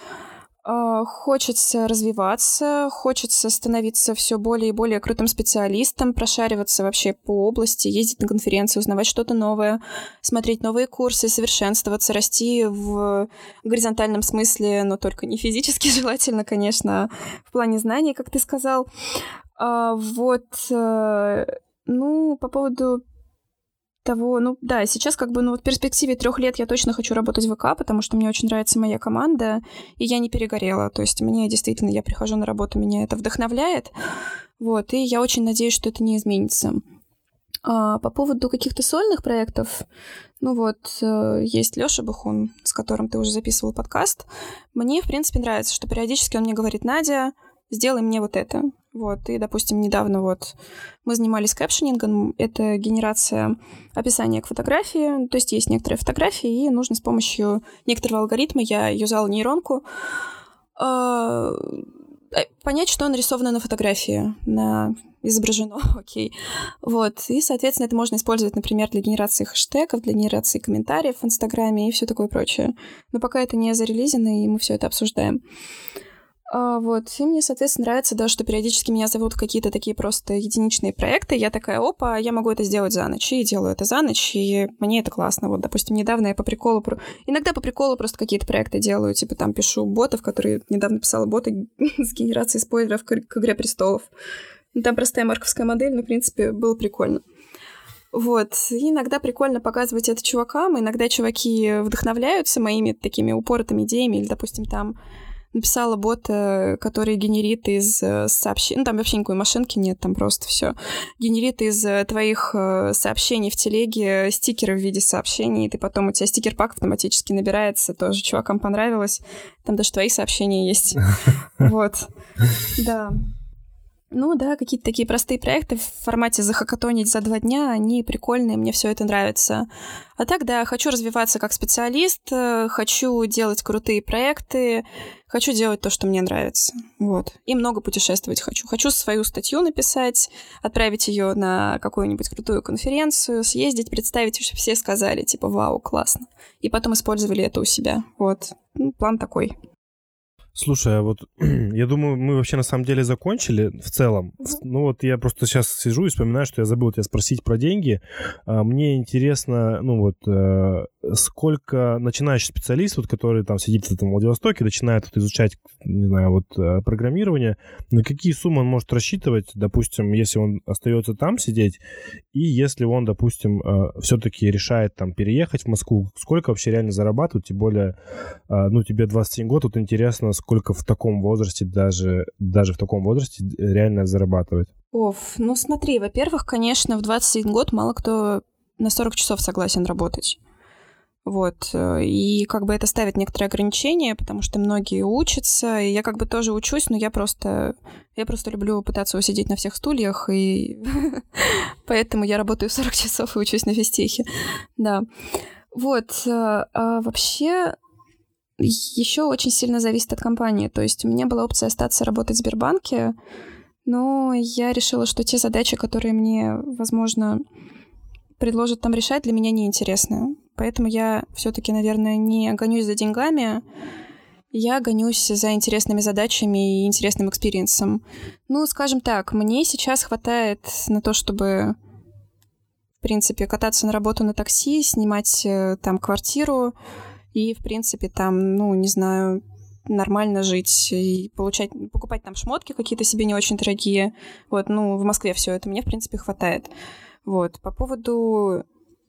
хочется развиваться, хочется становиться все более и более крутым специалистом, прошариваться вообще по области, ездить на конференции, узнавать что-то новое, смотреть новые курсы, совершенствоваться, расти в горизонтальном смысле, но только не физически желательно, конечно, в плане знаний, как ты сказал. Вот, ну, по поводу того, ну да, сейчас как бы, ну вот в перспективе трех лет я точно хочу работать в ВК, потому что мне очень нравится моя команда, и я не перегорела, то есть мне действительно, я прихожу на работу, меня это вдохновляет, вот, и я очень надеюсь, что это не изменится. А по поводу каких-то сольных проектов, ну вот, есть Лёша Бухун, с которым ты уже записывал подкаст, мне, в принципе, нравится, что периодически он мне говорит: Надя, сделай мне вот это. Вот, и, допустим, недавно вот мы занимались кэпшенингом, это генерация описания к фотографии, то есть есть некоторые фотографии, и нужно с помощью некоторого алгоритма, я юзала нейронку, э, понять, что нарисовано на фотографии, на изображено, окей. Вот, и, соответственно, это можно использовать, например, для генерации хэштегов, для генерации комментариев в Инстаграме и все такое прочее. Но пока это не зарелизено, и мы все это обсуждаем. А, вот, и мне, соответственно, нравится, да, что периодически меня зовут в какие-то такие просто единичные проекты, я такая: опа, я могу это сделать за ночь, и делаю это за ночь, и мне это классно. Вот, допустим, недавно я по приколу, иногда по приколу просто какие-то проекты делаю, типа там пишу ботов, которые недавно писала боты с генерацией спойлеров к «Игре престолов». Там простая марковская модель, но, в принципе, было прикольно. Вот, и иногда прикольно показывать это чувакам, иногда чуваки вдохновляются моими такими упоротыми идеями, или, допустим, там написала бота, который генерит из сообщений, ну там вообще никакой машинки нет, там просто все генерит из твоих сообщений в телеге стикеры в виде сообщений, и ты потом, у тебя стикер-пак автоматически набирается, тоже чувакам понравилось, там даже твои сообщения есть. Вот, да. Ну да, какие-то такие простые проекты в формате захакатонить за два дня, они прикольные, мне все это нравится. А так, да, хочу развиваться как специалист, хочу делать крутые проекты, хочу делать то, что мне нравится. Вот. И много путешествовать хочу. Хочу свою статью написать, отправить ее на какую-нибудь крутую конференцию, съездить, представить, чтобы все сказали, типа, вау, классно. И потом использовали это у себя. Вот. Ну, план такой. Слушай, а вот я думаю, мы вообще на самом деле закончили в целом. Mm-hmm. Ну вот я просто сейчас сижу и вспоминаю, что я забыл тебя спросить про деньги. Мне интересно, ну вот, сколько начинающий специалист, вот, который там сидит в этом Владивостоке, начинает вот изучать, не знаю, вот программирование, на какие суммы он может рассчитывать, допустим, если он остается там сидеть, и если он, допустим, все-таки решает там переехать в Москву, сколько вообще реально зарабатывать, тем более, ну, тебе двадцать один год, вот интересно, сколько в таком возрасте, даже, даже в таком возрасте реально зарабатывать? Оф, ну смотри, во-первых, конечно, в двадцать один год мало кто на сорок часов согласен работать. Вот, и как бы это ставит некоторые ограничения, потому что многие учатся, и я как бы тоже учусь, но я просто, я просто люблю пытаться усидеть на всех стульях, и поэтому я работаю сорок часов и учусь на физтехе, да. Вот, а вообще еще очень сильно зависит от компании, то есть у меня была опция остаться работать в Сбербанке, но я решила, что те задачи, которые мне, возможно, предложат там решать, для меня неинтересны. Поэтому я все-таки, наверное, не гонюсь за деньгами, я гонюсь за интересными задачами и интересным экспириенсом. Ну, скажем так, мне сейчас хватает на то, чтобы, в принципе, кататься на работу на такси, снимать там квартиру и, в принципе, там, ну, не знаю, нормально жить и получать, покупать там шмотки какие-то себе не очень дорогие. Вот, ну, в Москве все это мне, в принципе, хватает. Вот, по поводу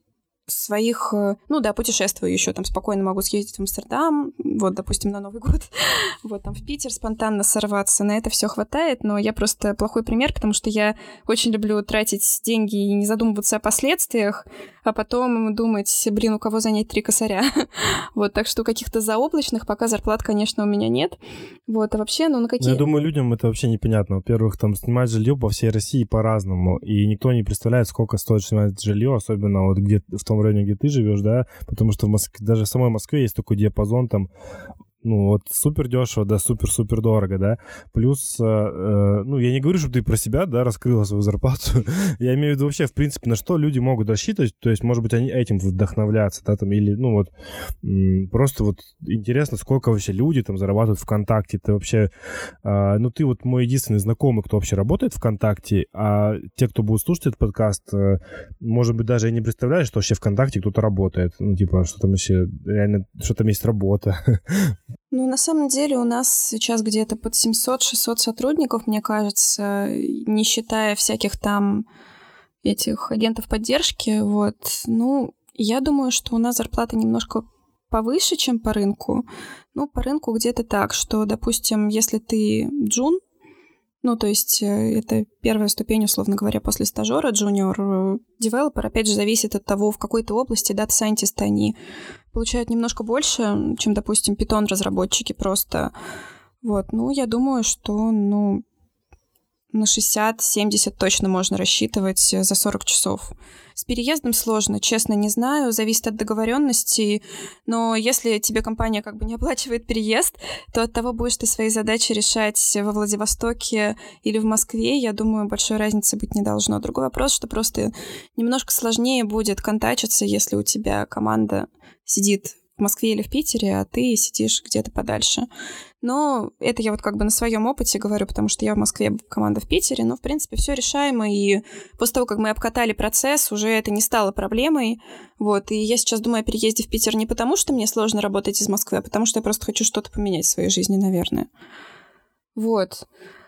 своих, ну да, путешествую еще, там спокойно могу съездить в Амстердам, вот, допустим, на Новый год, вот, там в Питер спонтанно сорваться, на это все хватает, но я просто плохой пример, потому что я очень люблю тратить деньги и не задумываться о последствиях, а потом думать, блин, у кого занять три косаря, вот, так что каких-то заоблачных пока зарплат, конечно, у меня нет, вот, а вообще, ну, на какие... Я думаю, людям это вообще непонятно, во-первых, там снимать жилье по всей России по-разному, и никто не представляет, сколько стоит снимать жилье, особенно вот где в том районе, где ты живешь, да, потому что в Москве, даже в самой Москве есть такой диапазон, там, ну, вот супер дешево, да, супер-супер дорого, да, плюс, э, э, ну, я не говорю, чтобы ты про себя, да, раскрыла свою зарплату, я имею в виду вообще, в принципе, на что люди могут рассчитывать, то есть, может быть, они этим вдохновляться, да, там, или, ну, вот, м- просто вот интересно, сколько вообще люди там зарабатывают ВКонтакте, ты вообще, э, ну, ты вот мой единственный знакомый, кто вообще работает ВКонтакте, а те, кто будет слушать этот подкаст, э, может быть, даже и не представляют, что вообще ВКонтакте кто-то работает, ну, типа, что там еще, реально, что там есть работа. Ну, на самом деле у нас сейчас где-то под семьсот-шестьсот сотрудников, мне кажется, не считая всяких там этих агентов поддержки, вот. Ну, я думаю, что у нас зарплата немножко повыше, чем по рынку. Ну, по рынку где-то так, что, допустим, если ты джун, ну, то есть это первая ступень, условно говоря, после стажера, джуниор девелопер, опять же, зависит от того, в какой то области дата-сайентисты они получают немножко больше, чем, допустим, питон-разработчики просто. Вот, ну, я думаю, что, ну, на шестьдесят-семьдесят точно можно рассчитывать за сорок часов. С переездом сложно, честно, не знаю, зависит от договоренностей, но если тебе компания как бы не оплачивает переезд, то от того, будешь ты свои задачи решать во Владивостоке или в Москве, я думаю, большой разницы быть не должно. Другой вопрос, что просто немножко сложнее будет контачиться, если у тебя команда сидит в Москве или в Питере, а ты сидишь где-то подальше. Но это я вот как бы на своем опыте говорю, потому что я в Москве, команда в Питере, но, в принципе, все решаемо, и после того, как мы обкатали процесс, уже это не стало проблемой, вот, и я сейчас думаю о переезде в Питер не потому, что мне сложно работать из Москвы, а потому что я просто хочу что-то поменять в своей жизни, наверное. Вот.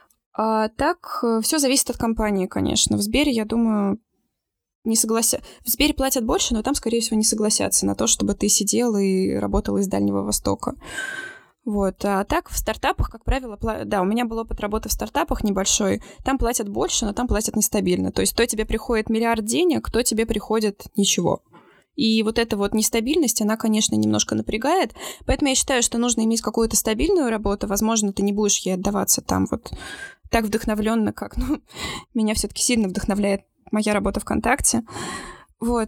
А так, все зависит от компании, конечно. В Сбере, я думаю, не согласятся. В Сбере платят больше, но там, скорее всего, не согласятся на то, чтобы ты сидел и работал из Дальнего Востока. Вот. А так в стартапах, как правило, пла... да, у меня был опыт работы в стартапах небольшой, там платят больше, но там платят нестабильно. То есть то тебе приходит миллиард денег, то тебе приходит ничего. И вот эта вот нестабильность, она, конечно, немножко напрягает, поэтому я считаю, что нужно иметь какую-то стабильную работу, возможно, ты не будешь ей отдаваться там вот так вдохновленно, как, ну, меня все-таки сильно вдохновляет моя работа ВКонтакте. Вот.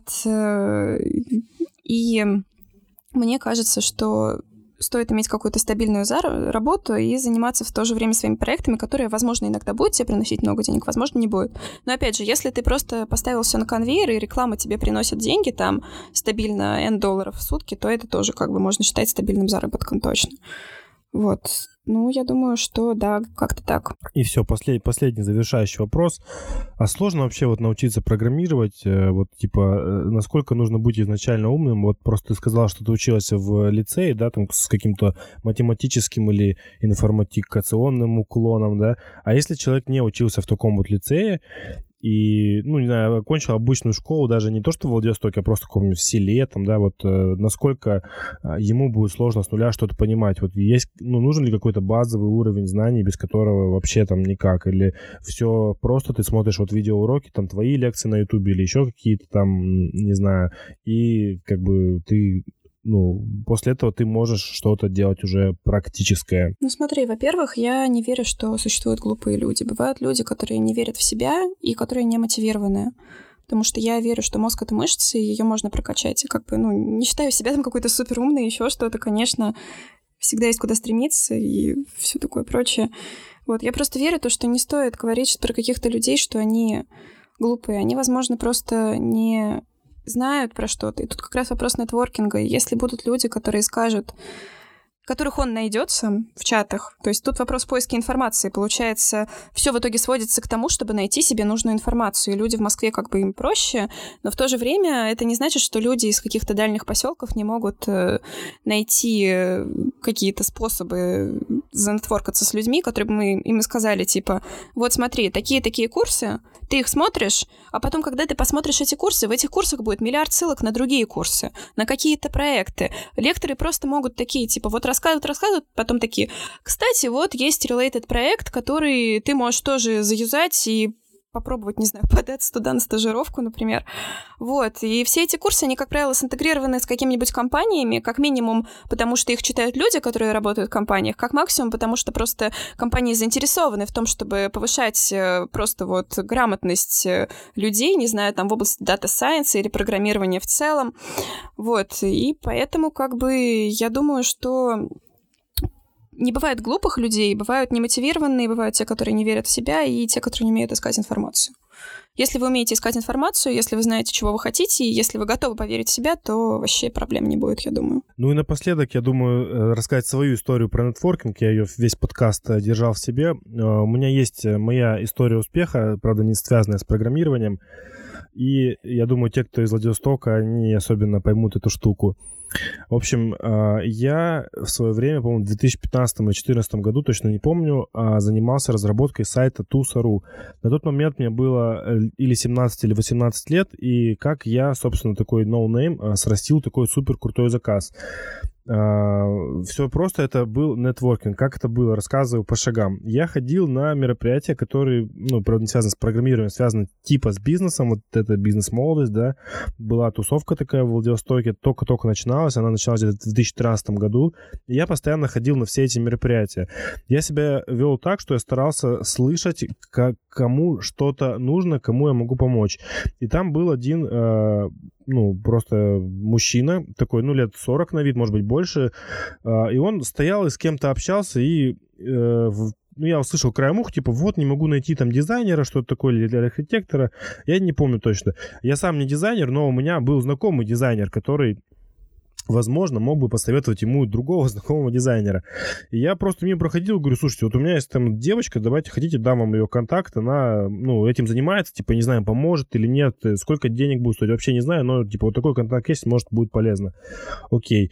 И мне кажется, что стоит иметь какую-то стабильную зар- работу и заниматься в то же время своими проектами, которые, возможно, иногда будут тебе приносить много денег, возможно, не будет. Но, опять же, если ты просто поставил все на конвейер, и реклама тебе приносит деньги, там, стабильно N долларов в сутки, то это тоже, как бы, можно считать стабильным заработком точно. Вот. Ну, я думаю, что да, как-то так. И все, послед... последний завершающий вопрос. А сложно вообще вот научиться программировать? Вот, типа, насколько нужно быть изначально умным? Вот просто ты сказала, что ты училась в лицее, да, там с каким-то математическим или информатикационным уклоном, да? А если человек не учился в таком вот лицее, и, ну, не знаю, окончил обычную школу, даже не то, что в Владивостоке, а просто в каком-нибудь селе, там, да, вот, э, насколько э, ему будет сложно с нуля что-то понимать, вот, есть, ну, нужен ли какой-то базовый уровень знаний, без которого вообще там никак, или все просто ты смотришь вот видеоуроки, там, твои лекции на Ютубе или еще какие-то там, не знаю, и, как бы, ты... Ну, после этого ты можешь что-то делать уже практическое. Ну, смотри, во-первых, я не верю, что существуют глупые люди. Бывают люди, которые не верят в себя и которые не мотивированы. Потому что я верю, что мозг — это мышца, и ее можно прокачать. И как бы, ну, не считаю себя там какой-то суперумной, еще что-то, конечно, всегда есть куда стремиться и все такое прочее. Вот, я просто верю в то, что не стоит говорить про каких-то людей, что они глупые. Они, возможно, просто не... знают про что-то. И тут как раз вопрос нетворкинга. Если будут люди, которые скажут, которых он найдет сам в чатах. То есть тут вопрос поиска информации. Получается, все в итоге сводится к тому, чтобы найти себе нужную информацию. И люди в Москве как бы им проще, но в то же время это не значит, что люди из каких-то дальних поселков не могут э, найти э, какие-то способы занетворкаться с людьми, которые бы мы им сказали, типа, вот смотри, такие-такие курсы, ты их смотришь, а потом, когда ты посмотришь эти курсы, в этих курсах будет миллиард ссылок на другие курсы, на какие-то проекты. Лекторы просто могут такие, типа, вот рассказывают, рассказывают, потом такие, кстати, вот есть related проект, который ты можешь тоже заюзать и попробовать, не знаю, податься туда на стажировку, например. Вот. И все эти курсы, они, как правило, синтегрированы с какими-нибудь компаниями, как минимум, потому что их читают люди, которые работают в компаниях, как максимум, потому что просто компании заинтересованы в том, чтобы повышать просто вот грамотность людей, не знаю, там в области data science или программирования в целом. Вот. И поэтому, как бы, я думаю, что не бывает глупых людей, бывают немотивированные, бывают те, которые не верят в себя, и те, которые не умеют искать информацию. Если вы умеете искать информацию, если вы знаете, чего вы хотите, и если вы готовы поверить в себя, то вообще проблем не будет, я думаю. Ну и напоследок, я думаю, рассказать свою историю про нетворкинг. Я ее весь подкаст держал в себе. У меня есть моя история успеха, правда, не связанная с программированием. И я думаю, те, кто из Владивостока, они особенно поймут эту штуку. В общем, я в свое время, по-моему, в две тысячи пятнадцатом или две тысячи четырнадцатом году, точно не помню, занимался разработкой сайта туса точка ру. На тот момент мне было или семнадцать, или восемнадцать лет, и как я, собственно, такой no-name, срастил такой супер крутой заказ. Все просто, это был нетворкинг. Как это было? Рассказываю по шагам. Я ходил на мероприятия, которые, ну, правда, не связаны с программированием, связаны типа с бизнесом. Вот это бизнес-молодость, да. Была тусовка такая в Владивостоке, только-только начиналась. Она начиналась в две тысячи тринадцатом году. И я постоянно ходил на все эти мероприятия. Я себя вел так, что я старался слышать, как, кому что-то нужно, кому я могу помочь. И там был один... Э, ну, просто мужчина, такой, ну, лет сорок на вид, может быть, больше, и он стоял и с кем-то общался, и ну, я услышал краем уха, типа, вот, не могу найти там дизайнера, что-то такое, или для архитектора, я не помню точно. Я сам не дизайнер, но у меня был знакомый дизайнер, который, возможно, мог бы посоветовать ему другого знакомого дизайнера. И я просто мимо проходил, говорю, слушайте, вот у меня есть там девочка, давайте, хотите, дам вам ее контакт, она, ну, этим занимается, типа, не знаю, поможет или нет, сколько денег будет стоить, вообще не знаю, но, типа, вот такой контакт есть, может, будет полезно. Окей.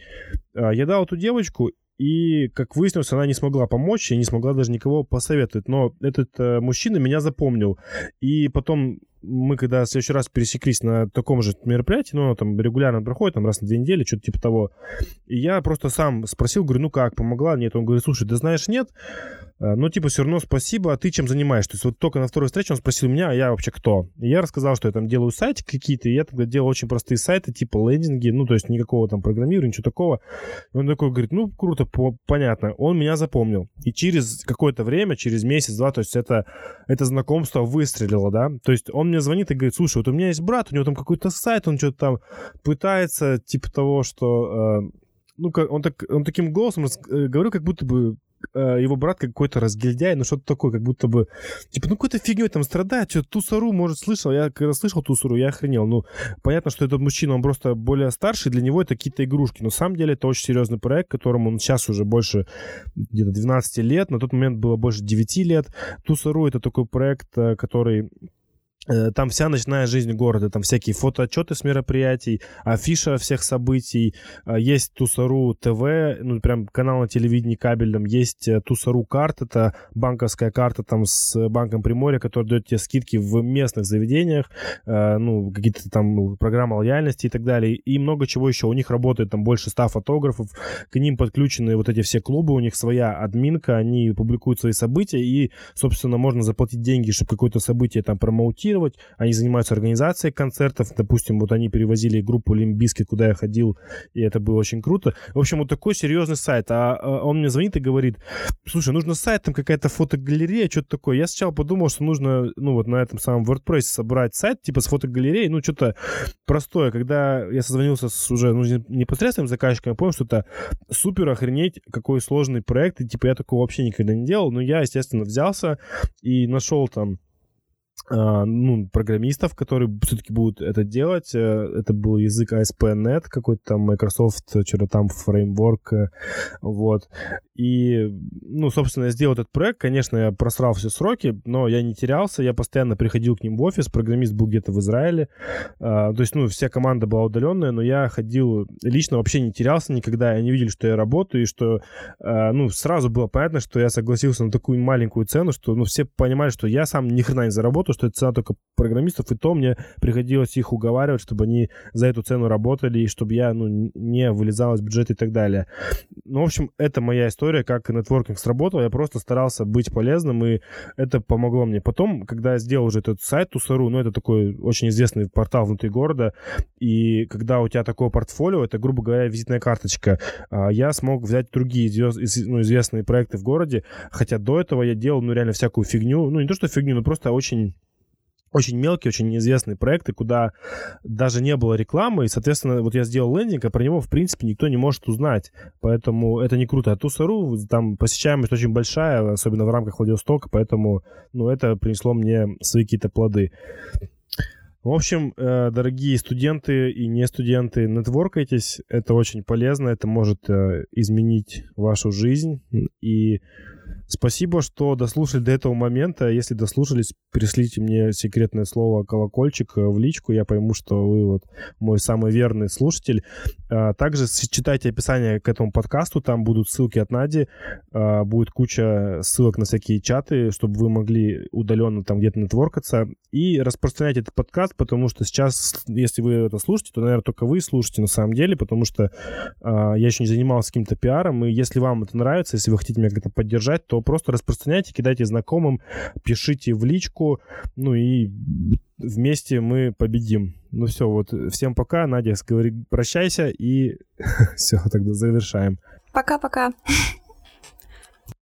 Я дал эту девочку, и, как выяснилось, она не смогла помочь, и не смогла даже никого посоветовать, но этот э, мужчина меня запомнил, и потом мы, когда в следующий раз пересеклись на таком же мероприятии, ну, там регулярно проходит, там раз на две недели, что-то типа того, и я просто сам спросил, говорю, ну как, помогла? Нет, он говорит, слушай, да знаешь, нет, ну, типа, все равно спасибо, а ты чем занимаешься? То есть вот только на второй встрече он спросил меня, а я вообще кто? И я рассказал, что я там делаю сайты какие-то, и я тогда делал очень простые сайты, типа лендинги, ну, то есть никакого там программирования, ничего такого. И он такой говорит, ну, круто, по- понятно. Он меня запомнил. И через какое-то время, через месяц-два, то есть это, это знакомство выстрелило, да? То есть он мне звонит и говорит, слушай, вот у меня есть брат, у него там какой-то сайт, он что-то там пытается, типа того, что... Э, ну, как, он, так, он таким голосом рас, э, говорил, как будто бы его брат какой-то разгильдяй, ну что-то такое, как будто бы, типа, ну какой-то фигней там страдает, что туса точка ру, может, слышал, я когда слышал туса точка ру, я охренел, ну, понятно, что этот мужчина, он просто более старший, для него это какие-то игрушки, но на самом деле это очень серьезный проект, которому он сейчас уже больше где-то двенадцать лет, на тот момент было больше девять лет, туса точка ру это такой проект, который... Там вся ночная жизнь города, там всякие фотоотчеты с мероприятий, афиша всех событий, есть туса точка ру ТВ, ну прям канал на телевидении кабельном, есть туса точка ру карт, это банковская карта там с Банком Приморья, которая дает тебе скидки в местных заведениях, ну какие-то там программы лояльности и так далее, и много чего еще. У них работает там больше ста фотографов, к ним подключены вот эти все клубы, у них своя админка, они публикуют свои события, и, собственно, можно заплатить деньги, чтобы какое-то событие там промоутировать. Они занимаются организацией концертов. Допустим, вот они перевозили группу Limp Bizkit, куда я ходил, и это было очень круто. В общем, вот такой серьезный сайт. А, а он мне звонит и говорит, слушай, нужно сайт, там какая-то фотогалерея, что-то такое. Я сначала подумал, что нужно, ну вот на этом самом WordPress собрать сайт, типа с фотогалереей, ну что-то простое. Когда я созвонился с уже ну, непосредственным заказчиком, я понял, что это супер охренеть, какой сложный проект, и типа я такого вообще никогда не делал. Но я, естественно, взялся и нашел там ну, программистов, которые все-таки будут это делать. Это был язык эй эс пи точка нет, какой-то там Microsoft, что-то там фреймворк, вот. И, ну, собственно, я сделал этот проект. Конечно, я просрал все сроки, но я не терялся, я постоянно приходил к ним в офис, программист был где-то в Израиле, то есть, ну, вся команда была удаленная, но я ходил лично, вообще не терялся никогда, они видели, что я работаю, и что, ну, сразу было понятно, что я согласился на такую маленькую цену, что, ну, все понимали, что я сам ни хрена не заработал, что это цена только программистов, и то мне приходилось их уговаривать, чтобы они за эту цену работали, и чтобы я, ну, не вылезал из бюджета и так далее. Ну, в общем, это моя история, как нетворкинг сработал. Я просто старался быть полезным, и это помогло мне. Потом, когда я сделал уже этот сайт Тусару, ну, это такой очень известный портал внутри города, и когда у тебя такое портфолио, это, грубо говоря, визитная карточка, я смог взять другие ну, известные проекты в городе, хотя до этого я делал, ну, реально всякую фигню, ну, не то что фигню, но просто очень... очень мелкие, очень неизвестные проекты, куда даже не было рекламы, и, соответственно, вот я сделал лендинг, а про него, в принципе, никто не может узнать, поэтому это не круто. А Тусару, там посещаемость очень большая, особенно в рамках Владивостока, поэтому, ну, это принесло мне свои какие-то плоды. В общем, дорогие студенты и не студенты, нетворкайтесь, это очень полезно, это может изменить вашу жизнь, и спасибо, что дослушали до этого момента. Если дослушались, пришлите мне секретное слово «колокольчик» в личку. Я пойму, что вы вот мой самый верный слушатель. Также читайте описание к этому подкасту. Там будут ссылки от Нади. Будет куча ссылок на всякие чаты, чтобы вы могли удаленно там где-то нетворкаться. И распространяйте этот подкаст, потому что сейчас, если вы это слушаете, то, наверное, только вы слушаете на самом деле, потому что я еще не занимался каким-то пиаром. И если вам это нравится, если вы хотите меня как-то поддержать, то просто распространяйте, кидайте знакомым, пишите в личку, ну и вместе мы победим. Ну все, вот, всем пока, Надя, говори, прощайся, и все, тогда завершаем. Пока-пока.